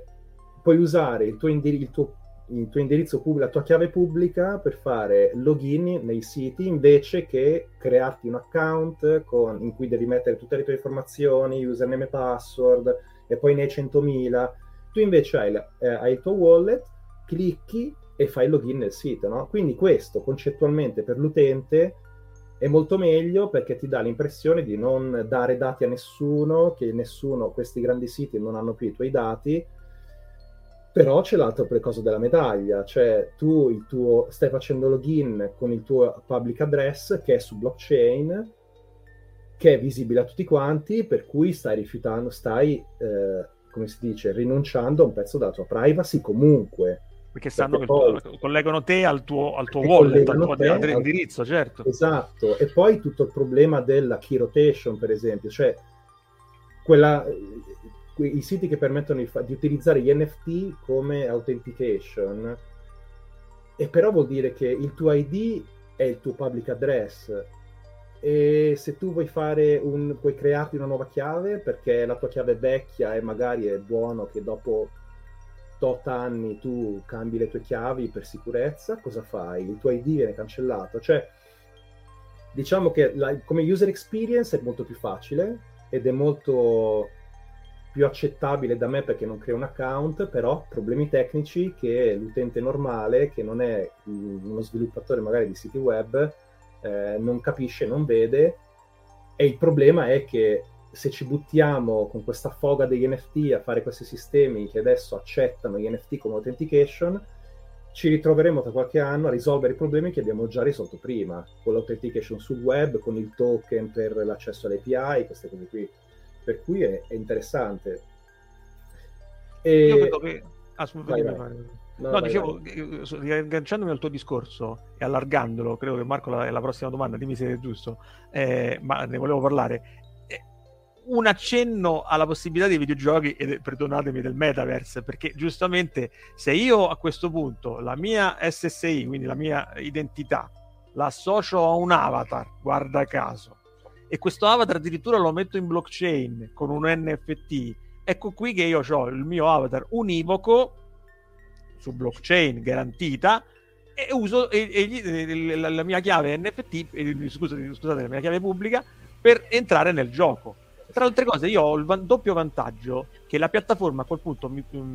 usare il tuo indirizzo pubblico, la tua chiave pubblica per fare login nei siti, invece che crearti un account in cui devi mettere tutte le tue informazioni, username e password, e poi ne hai 100.000. Tu invece hai il tuo wallet, clicchi e fai il login nel sito, no? Quindi questo concettualmente per l'utente è molto meglio, perché ti dà l'impressione di non dare dati a nessuno, che questi grandi siti non hanno più i tuoi dati. Però c'è l'altra cosa della medaglia, cioè tu stai facendo login con il tuo public address che è su blockchain, che è visibile a tutti quanti, per cui stai come si dice, rinunciando a un pezzo della tua privacy comunque.
Perché collegano te al tuo wallet, al tuo indirizzo, certo.
Esatto, e poi tutto il problema della key rotation, per esempio, cioè i siti che permettono di utilizzare gli NFT come authentication, e però vuol dire che il tuo ID è il tuo public address, e se tu puoi crearti una nuova chiave perché la tua chiave è vecchia e magari è buono che dopo tot anni tu cambi le tue chiavi per sicurezza, cosa fai? Il tuo ID viene cancellato. Cioè diciamo che come user experience è molto più facile ed è molto più accettabile da me, perché non creo un account, però problemi tecnici che l'utente normale, che non è uno sviluppatore magari di siti web, non capisce, non vede. E il problema è che se ci buttiamo con questa foga degli NFT a fare questi sistemi che adesso accettano gli NFT come authentication, ci ritroveremo tra qualche anno a risolvere i problemi che abbiamo già risolto prima, con l'authentication sul web, con il token per l'accesso alle API, queste cose qui. Per cui è interessante.
Io credo che...
Vai.
Dicevo, riagganciandomi al tuo discorso e allargandolo, credo che Marco è la prossima domanda, dimmi se è giusto, ma ne volevo parlare. Un accenno alla possibilità dei videogiochi, e perdonatemi, del metaverse, perché giustamente se io a questo punto la mia SSI, quindi la mia identità, la associo a un avatar, guarda caso, e questo avatar addirittura lo metto in blockchain con un NFT, ecco qui che io ho il mio avatar univoco su blockchain garantita, e uso la mia chiave NFT, scusate, la mia chiave pubblica per entrare nel gioco. Tra le altre cose, io ho il doppio vantaggio che la piattaforma a quel punto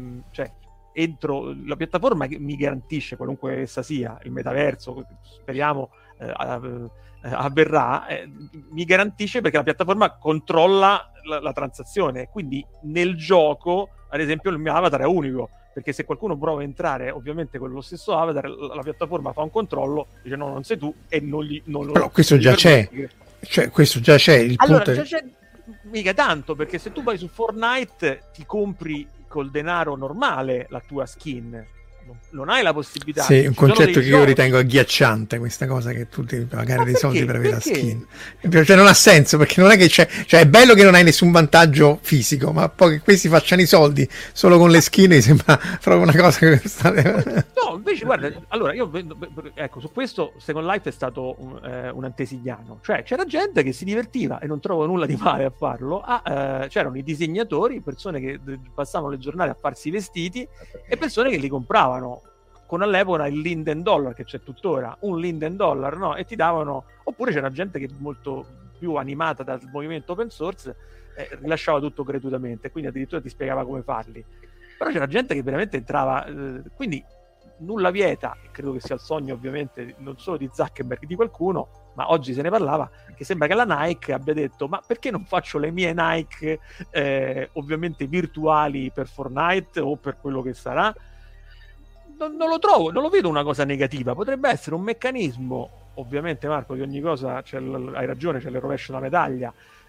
la piattaforma che mi garantisce, qualunque essa sia, il metaverso, speriamo avverrà, mi garantisce, perché la piattaforma controlla la transazione, quindi nel gioco, ad esempio, il mio avatar è unico, perché se qualcuno prova a entrare ovviamente con lo stesso avatar, la piattaforma fa un controllo, dice no, non sei tu, e non lo...
Però questo già c'è, cioè questo già c'è, il
allora
punto
già c'è, mica tanto, perché se tu vai su Fortnite ti compri col denaro normale la tua skin, non hai la possibilità.
Sì, un concetto che io ritengo agghiacciante, questa cosa che tu devi pagare dei soldi per avere la
Perché?
skin. Cioè non ha senso, perché non è che c'è, cioè è bello che non hai nessun vantaggio fisico, ma poi che questi facciano i soldi solo con le skin mi sembra proprio una cosa che
No, invece guarda, allora io ecco, su questo Second Life è stato un antesignano, cioè c'era gente che si divertiva e non trovo nulla di male a farlo, c'erano i disegnatori, persone che passavano le giornate a farsi i vestiti e persone che li compravano con all'epoca il Linden Dollar, che c'è tuttora, un Linden Dollar, no? E ti davano, oppure c'era gente che molto più animata dal movimento open source rilasciava tutto gratuitamente, quindi addirittura ti spiegava come farli. Però c'era gente che veramente entrava, quindi nulla vieta, e credo che sia il sogno ovviamente non solo di Zuckerberg, di qualcuno, ma oggi se ne parlava, che sembra che la Nike abbia detto: ma perché non faccio le mie Nike ovviamente virtuali per Fortnite o per quello che sarà? Non lo trovo, non lo vedo una cosa negativa, potrebbe essere un meccanismo, ovviamente Marco, di ogni cosa hai ragione, c'è il rovescio della medaglia,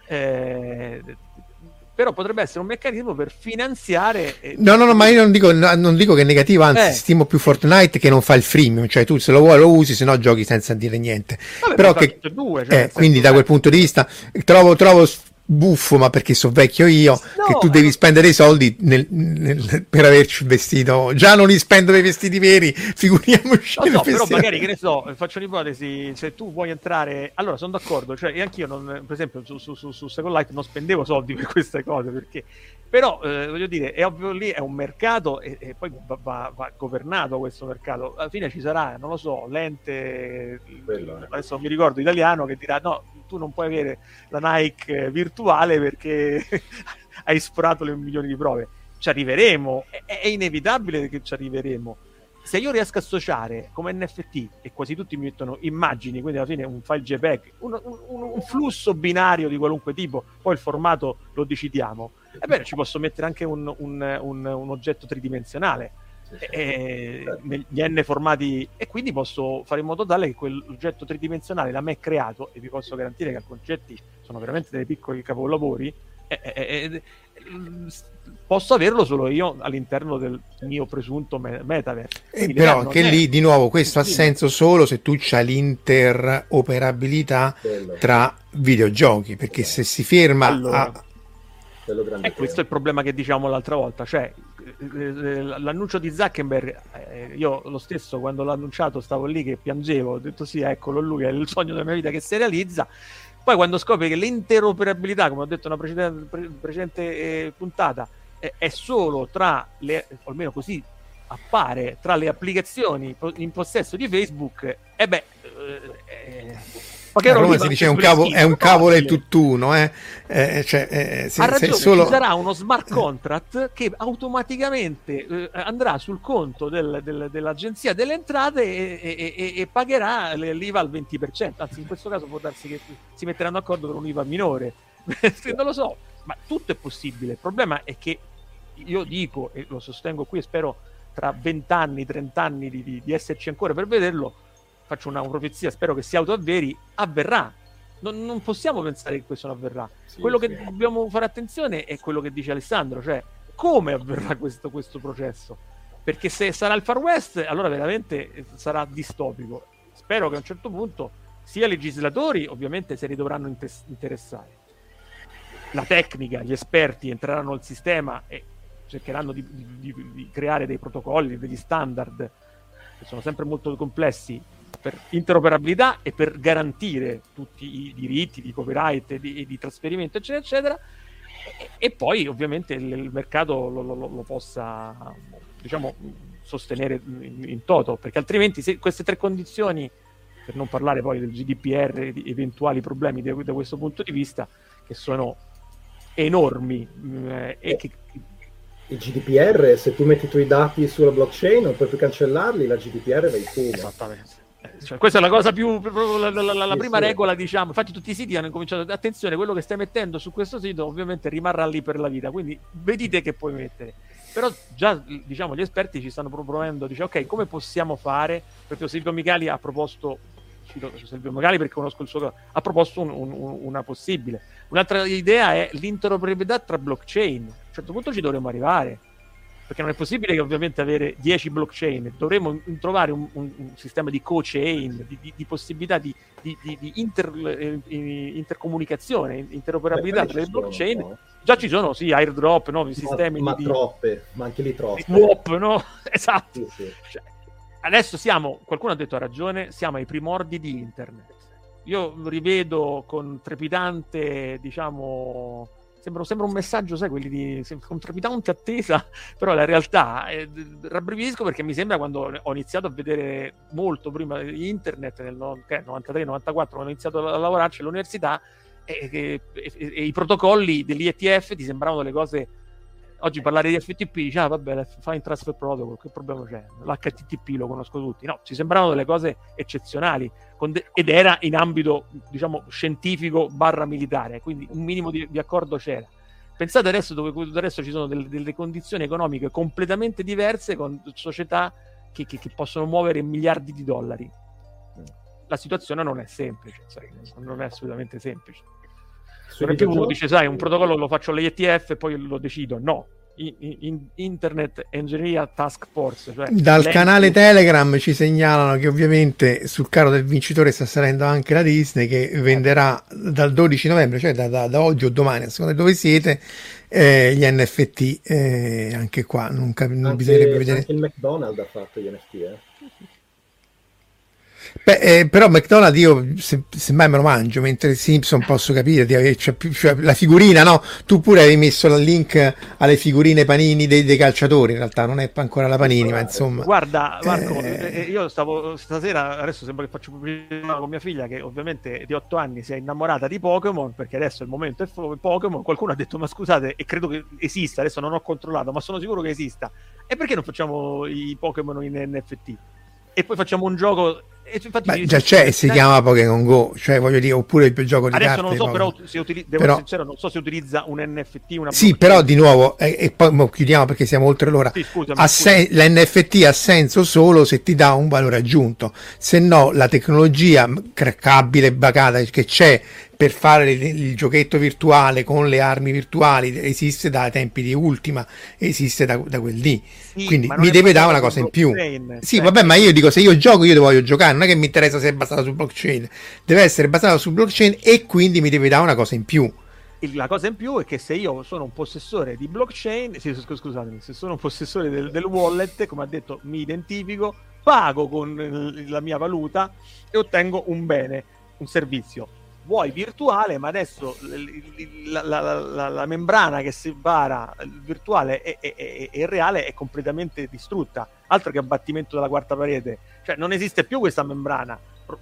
però potrebbe essere un meccanismo per finanziare
no, ma io non dico che è negativo, anzi stimo più Fortnite che non fa il freemium, cioè tu se lo vuoi lo usi, se no giochi senza dire niente.
Vabbè,
però che
cioè,
quindi da quel punto di vista trovo buffo, ma perché so vecchio io, che tu devi spendere i soldi per averci il vestito. Già non li spendo per i vestiti veri, figuriamoci.
No, però magari, che ne so, faccio un'ipotesi, se tu vuoi entrare, allora sono d'accordo, cioè anch'io per esempio su Second Life non spendevo soldi per queste cose, perché però voglio dire, è ovvio, lì è un mercato e poi va governato questo mercato. Alla fine ci sarà, non lo so, l'ente, adesso non mi ricordo italiano, che dirà: no, tu non puoi avere la Nike virtuale perché hai sforato le 1 milione di prove. Ci arriveremo, è inevitabile che ci arriveremo. Se io riesco a associare come NFT, e quasi tutti mi mettono immagini, quindi alla fine un file JPEG, un flusso binario di qualunque tipo, poi il formato lo decidiamo, ebbene ci posso mettere anche un oggetto tridimensionale, negli n formati, e quindi posso fare in modo tale che quell'oggetto tridimensionale da me creato, e vi posso garantire che alcuni oggetti sono veramente dei piccoli capolavori, posso averlo solo io all'interno del mio presunto metaverse.
Però che lì di nuovo questo ha senso solo se tu c'hai l'interoperabilità tra videogiochi, perché se si ferma
questo è il problema che dicevamo l'altra volta, cioè l'annuncio di Zuckerberg, io lo stesso quando l'ho annunciato stavo lì che piangevo, ho detto sì, eccolo lui, è il sogno della mia vita che si realizza. Poi quando scopri che l'interoperabilità, come ho detto in una precedente puntata, è solo tra le, o almeno così appare, tra le applicazioni in possesso di Facebook,
a Roma si dice è un cavolo e tutt'uno, ha ragione,
ci sarà uno smart contract che automaticamente andrà sul conto dell'agenzia delle entrate e pagherà l'IVA al 20%, anzi in questo caso può darsi che si metteranno d'accordo per un IVA minore, non lo so, ma tutto è possibile. Il problema è che io dico, e lo sostengo qui e spero tra 20 anni, 30 anni di esserci ancora per vederlo, faccio una profezia, spero che si autoavveri, avverrà. Non possiamo pensare che questo non avverrà. Quello che dobbiamo fare attenzione è quello che dice Alessandro, cioè come avverrà questo processo, perché se sarà il Far West allora veramente sarà distopico. Spero che a un certo punto sia i legislatori ovviamente se ne dovranno interessare, la tecnica, gli esperti entreranno al sistema e cercheranno di creare dei protocolli, degli standard che sono sempre molto complessi per interoperabilità e per garantire tutti i diritti di copyright e di trasferimento eccetera eccetera, e poi ovviamente il mercato lo possa, diciamo, sostenere in toto, perché altrimenti se queste tre condizioni, per non parlare poi del GDPR e di eventuali problemi da questo punto di vista che sono enormi, e che
il GDPR, se tu metti i tuoi dati sulla blockchain non puoi più cancellarli, la GDPR va in fumo.
Esattamente. Cioè, questa è la cosa più, la prima regola, diciamo. Infatti tutti i siti hanno cominciato, attenzione, quello che stai mettendo su questo sito ovviamente rimarrà lì per la vita, quindi vedete che puoi mettere. Però già, diciamo, gli esperti ci stanno proponendo, dice ok, come possiamo fare? Proprio Silvio Micali ha proposto cito Silvio Megali perché conosco il suo, ha proposto una possibile. Un'altra idea è l'interoperabilità tra blockchain. A un certo punto ci dovremmo arrivare, perché non è possibile che ovviamente avere 10 blockchain, dovremmo trovare un sistema di co-chain, di possibilità di intercomunicazione, interoperabilità tra le blockchain. No? Già ci sono, sì, airdrop, nuovi sistemi
ma troppe, ma anche lì troppe.
Swap, no? Esatto.
Sì.
Cioè, adesso qualcuno ha detto, ha ragione, siamo ai primordi di internet. Io rivedo con trepidante, diciamo, sembra un messaggio, sai, quelli con trepidante attesa, però la realtà rabbrividisco perché mi sembra, quando ho iniziato a vedere molto prima di internet, nel 93-94, quando ho iniziato a lavorarci all'università, e i protocolli dell'IETF ti sembravano delle cose. Oggi parlare di FTP, dice, vabbè, Fine Transfer Protocol, che problema c'è? L'HTTP lo conosco tutti. No, ci sembravano delle cose eccezionali, ed era in ambito, diciamo, scientifico / militare, quindi un minimo di accordo c'era. Pensate adesso, dove adesso ci sono delle condizioni economiche completamente diverse, con società che possono muovere miliardi di dollari. La situazione non è semplice, non è assolutamente semplice. Non è più uno dice, sai, un protocollo lo faccio all'IETF e poi lo decido. No, Internet Engineering Task Force, cioè
dal canale Telegram ci segnalano che ovviamente sul carro del vincitore sta salendo anche la Disney, che venderà dal 12 novembre, cioè da oggi o domani, a seconda di dove siete, gli NFT. Anche qua non bisognerebbe vedere.
Anche il McDonald's ha fatto gli NFT,
però McDonald's io semmai me lo mangio, mentre Simpson posso capire di avere, cioè, la figurina, no? Tu pure avevi messo il link alle figurine Panini dei calciatori, in realtà non è ancora la Panini, ma insomma.
Guarda Marco, io stavo stasera, adesso sembra che faccio pubblicità con mia figlia, che ovviamente di 8 anni si è innamorata di Pokémon, perché adesso il momento è Pokémon. Qualcuno ha detto, ma scusate, e credo che esista, adesso non ho controllato, ma sono sicuro che esista, e perché non facciamo i Pokémon in NFT? E poi facciamo un gioco.
Beh, già c'è, si chiama Pokémon Go, cioè voglio dire, oppure il gioco di
adesso
carte.
Non so, però devo essere sincero, non so se utilizza un NFT,
sì, però di nuovo, e poi chiudiamo perché siamo oltre l'ora.
Sì, scusami.
L'NFT ha senso solo se ti dà un valore aggiunto, se no la tecnologia craccabile, bacata che c'è per fare il giochetto virtuale con le armi virtuali esiste da tempi di Ultima, esiste da quel lì, sì, quindi mi deve dare una cosa in più. Sì, vabbè, ma io dico, se io gioco, io voglio giocare, non è che mi interessa se è basata su blockchain, deve essere basata su blockchain e quindi mi deve dare una cosa in più.
La cosa in più è che se io sono un possessore di blockchain, scusatemi, se sono un possessore del wallet, come ha detto, mi identifico, pago con la mia valuta e ottengo un bene, un servizio. Vuoi virtuale, ma adesso la membrana che separa il virtuale e il reale è completamente distrutta, altro che abbattimento della quarta parete, cioè non esiste più questa membrana.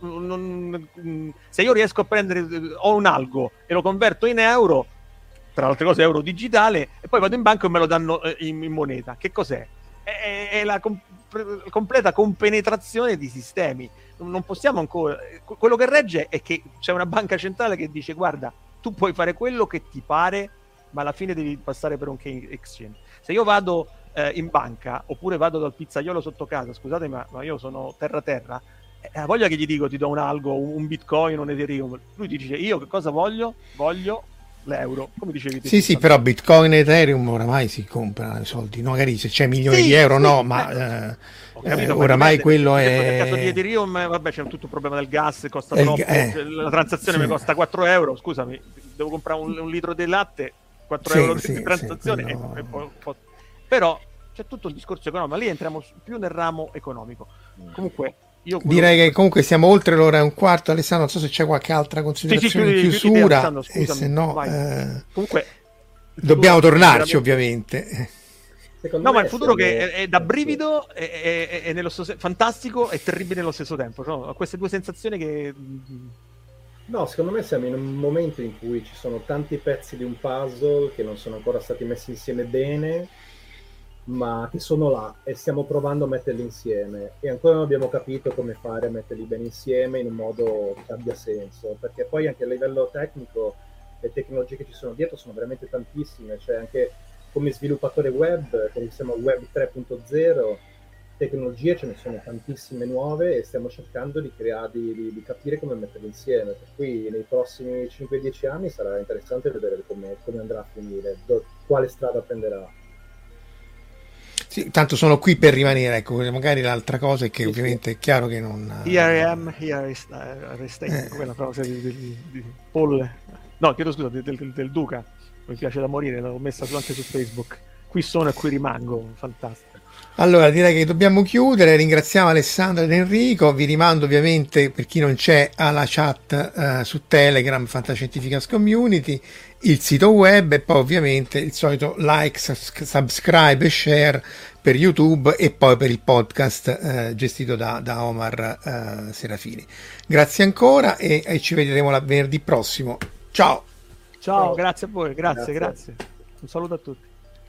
Se io riesco a prendere, ho un algo e lo converto in euro, tra le altre cose euro digitale, e poi vado in banca e me lo danno in moneta, che cos'è? È la completa compenetrazione di sistemi. Non possiamo ancora, quello che regge è che c'è una banca centrale che dice, guarda, tu puoi fare quello che ti pare, ma alla fine devi passare per un exchange. Se io vado in banca, oppure vado dal pizzaiolo sotto casa, scusate, ma io sono terra, la voglia che gli dico, ti do un algo, un bitcoin, un ethereum, lui ti dice, io che cosa voglio l'euro, come dicevi te.
Sì, però bitcoin e ethereum oramai si comprano i soldi, no? Magari se c'è milioni di euro, no, ma oramai quello è.
Nel caso di ethereum, vabbè, c'è tutto il problema del gas, costa troppo, la transazione mi costa 4 euro, scusami, devo comprare un litro di latte, 4 euro di transazione, però c'è tutto il discorso economico, lì entriamo più nel ramo economico. Comunque io
direi che comunque siamo oltre l'ora e un quarto. Alessandro, non so se c'è qualche altra considerazione in chiusura, e se no
comunque
dobbiamo tornarci ovviamente.
No, ma il futuro che è da brivido, è nello fantastico e terribile nello stesso tempo, no? Queste due sensazioni che...
No, secondo me siamo in un momento in cui ci sono tanti pezzi di un puzzle che non sono ancora stati messi insieme bene, ma che sono là e stiamo provando a metterli insieme, e ancora non abbiamo capito come fare a metterli bene insieme in un modo che abbia senso, perché poi anche a livello tecnico le tecnologie che ci sono dietro sono veramente tantissime, cioè anche come sviluppatore web, come siamo web 3.0, tecnologie ce ne sono tantissime nuove e stiamo cercando di capire come metterle insieme, per cui nei prossimi 5-10 anni sarà interessante vedere come andrà a finire, quale strada prenderà.
Sì, tanto sono qui per rimanere, ecco, magari l'altra cosa è che ovviamente è chiaro che non...
Here I am, here I stay, quella frase di Paul, no, chiedo scusa, del Duca, mi piace da morire, l'ho messa anche su Facebook, qui sono e qui rimango, fantastico.
Allora direi che dobbiamo chiudere, ringraziamo Alessandro ed Enrico, vi rimando ovviamente, per chi non c'è, alla chat su Telegram Fantascientificast Community, il sito web e poi ovviamente il solito like, subscribe e share per YouTube e poi per il podcast gestito da Omar Serafini. Grazie ancora e ci vedremo venerdì prossimo. Ciao,
grazie a voi, grazie. Un saluto a tutti.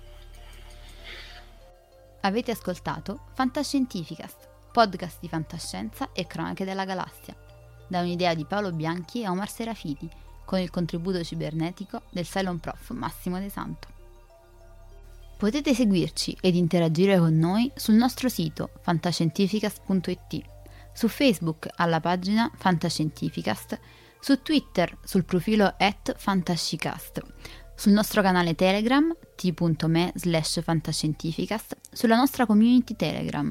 Avete ascoltato Fantascientificast, podcast di fantascienza e cronache della galassia, da un'idea di Paolo Bianchi e Omar Serafini, con il contributo cibernetico del Cylon Prof Massimo De Santo. Potete seguirci ed interagire con noi sul nostro sito fantascientificast.it, su Facebook alla pagina Fantascientificast, su Twitter sul profilo @fantascicast, sul nostro canale Telegram t.me/fantascientificast, sulla nostra community Telegram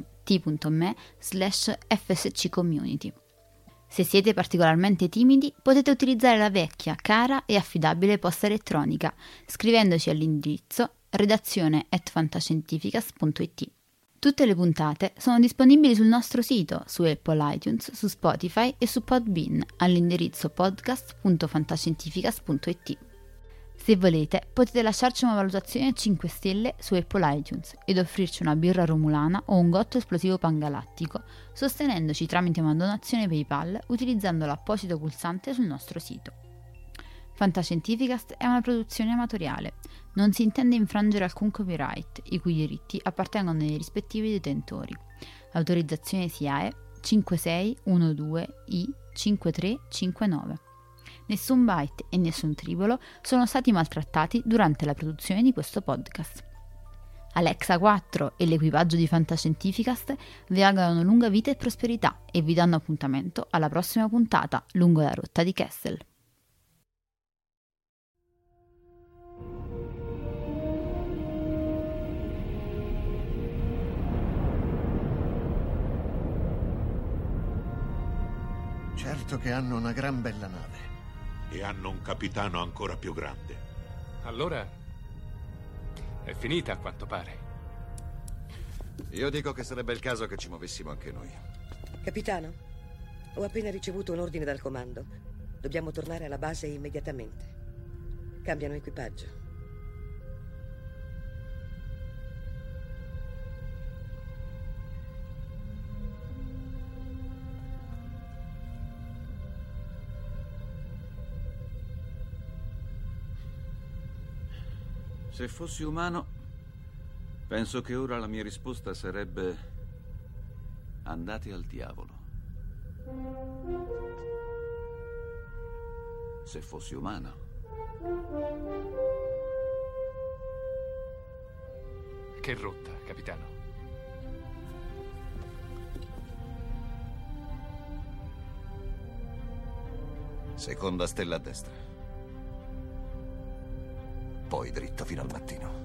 t.me/fsccommunity. Se siete particolarmente timidi, potete utilizzare la vecchia, cara e affidabile posta elettronica, scrivendoci all'indirizzo redazione@fantascientificast.it. Tutte le puntate sono disponibili sul nostro sito, su Apple iTunes, su Spotify e su Podbean all'indirizzo podcast.fantascientificast.it. Se volete, potete lasciarci una valutazione a 5 stelle su Apple iTunes ed offrirci una birra romulana o un gotto esplosivo pangalattico, sostenendoci tramite una donazione PayPal utilizzando l'apposito pulsante sul nostro sito. Fantascientificast è una produzione amatoriale, non si intende infrangere alcun copyright, i cui diritti appartengono ai rispettivi detentori. Autorizzazione SIAE 5612I5359. Nessun byte e nessun tribolo sono stati maltrattati durante la produzione di questo podcast. Alexa 4 e l'equipaggio di Fantascientificast vi augurano lunga vita e prosperità e vi danno appuntamento alla prossima puntata lungo la rotta di Kessel.
Certo che hanno una gran bella nave.
E hanno un capitano ancora più grande.
Allora è finita, a quanto pare.
Io dico che sarebbe il caso che ci muovessimo anche noi.
Capitano, ho appena ricevuto un ordine dal comando. Dobbiamo tornare alla base immediatamente. Cambiano equipaggio.
Se fossi umano, penso che ora la mia risposta sarebbe: andate al diavolo. Se fossi umano.
Che rotta, capitano?
Seconda stella a destra. Poi dritto fino al mattino.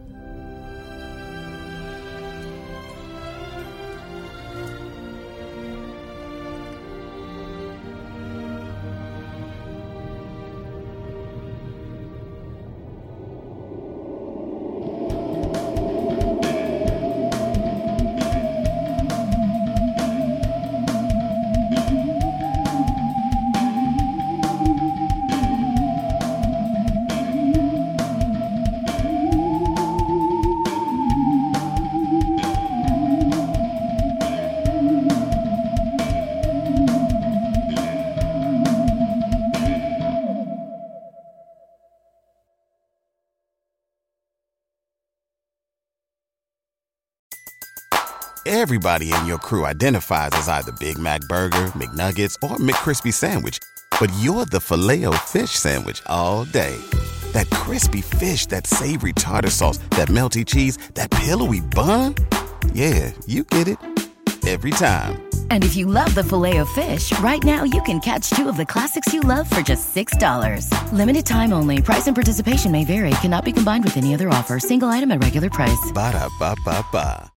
Everybody in your crew identifies as either Big Mac Burger, McNuggets, or McCrispy Sandwich. But you're the Filet-O-Fish Sandwich all day. That crispy fish, that savory tartar sauce, that melty cheese, that pillowy bun. Yeah, you get it. every time.
And if you love the Filet-O-Fish, right now you can catch 2 of the classics you love for just $6. Limited time only. Price and participation may vary. Cannot be combined with any other offer. Single item at regular price.
Ba-da-ba-ba-ba.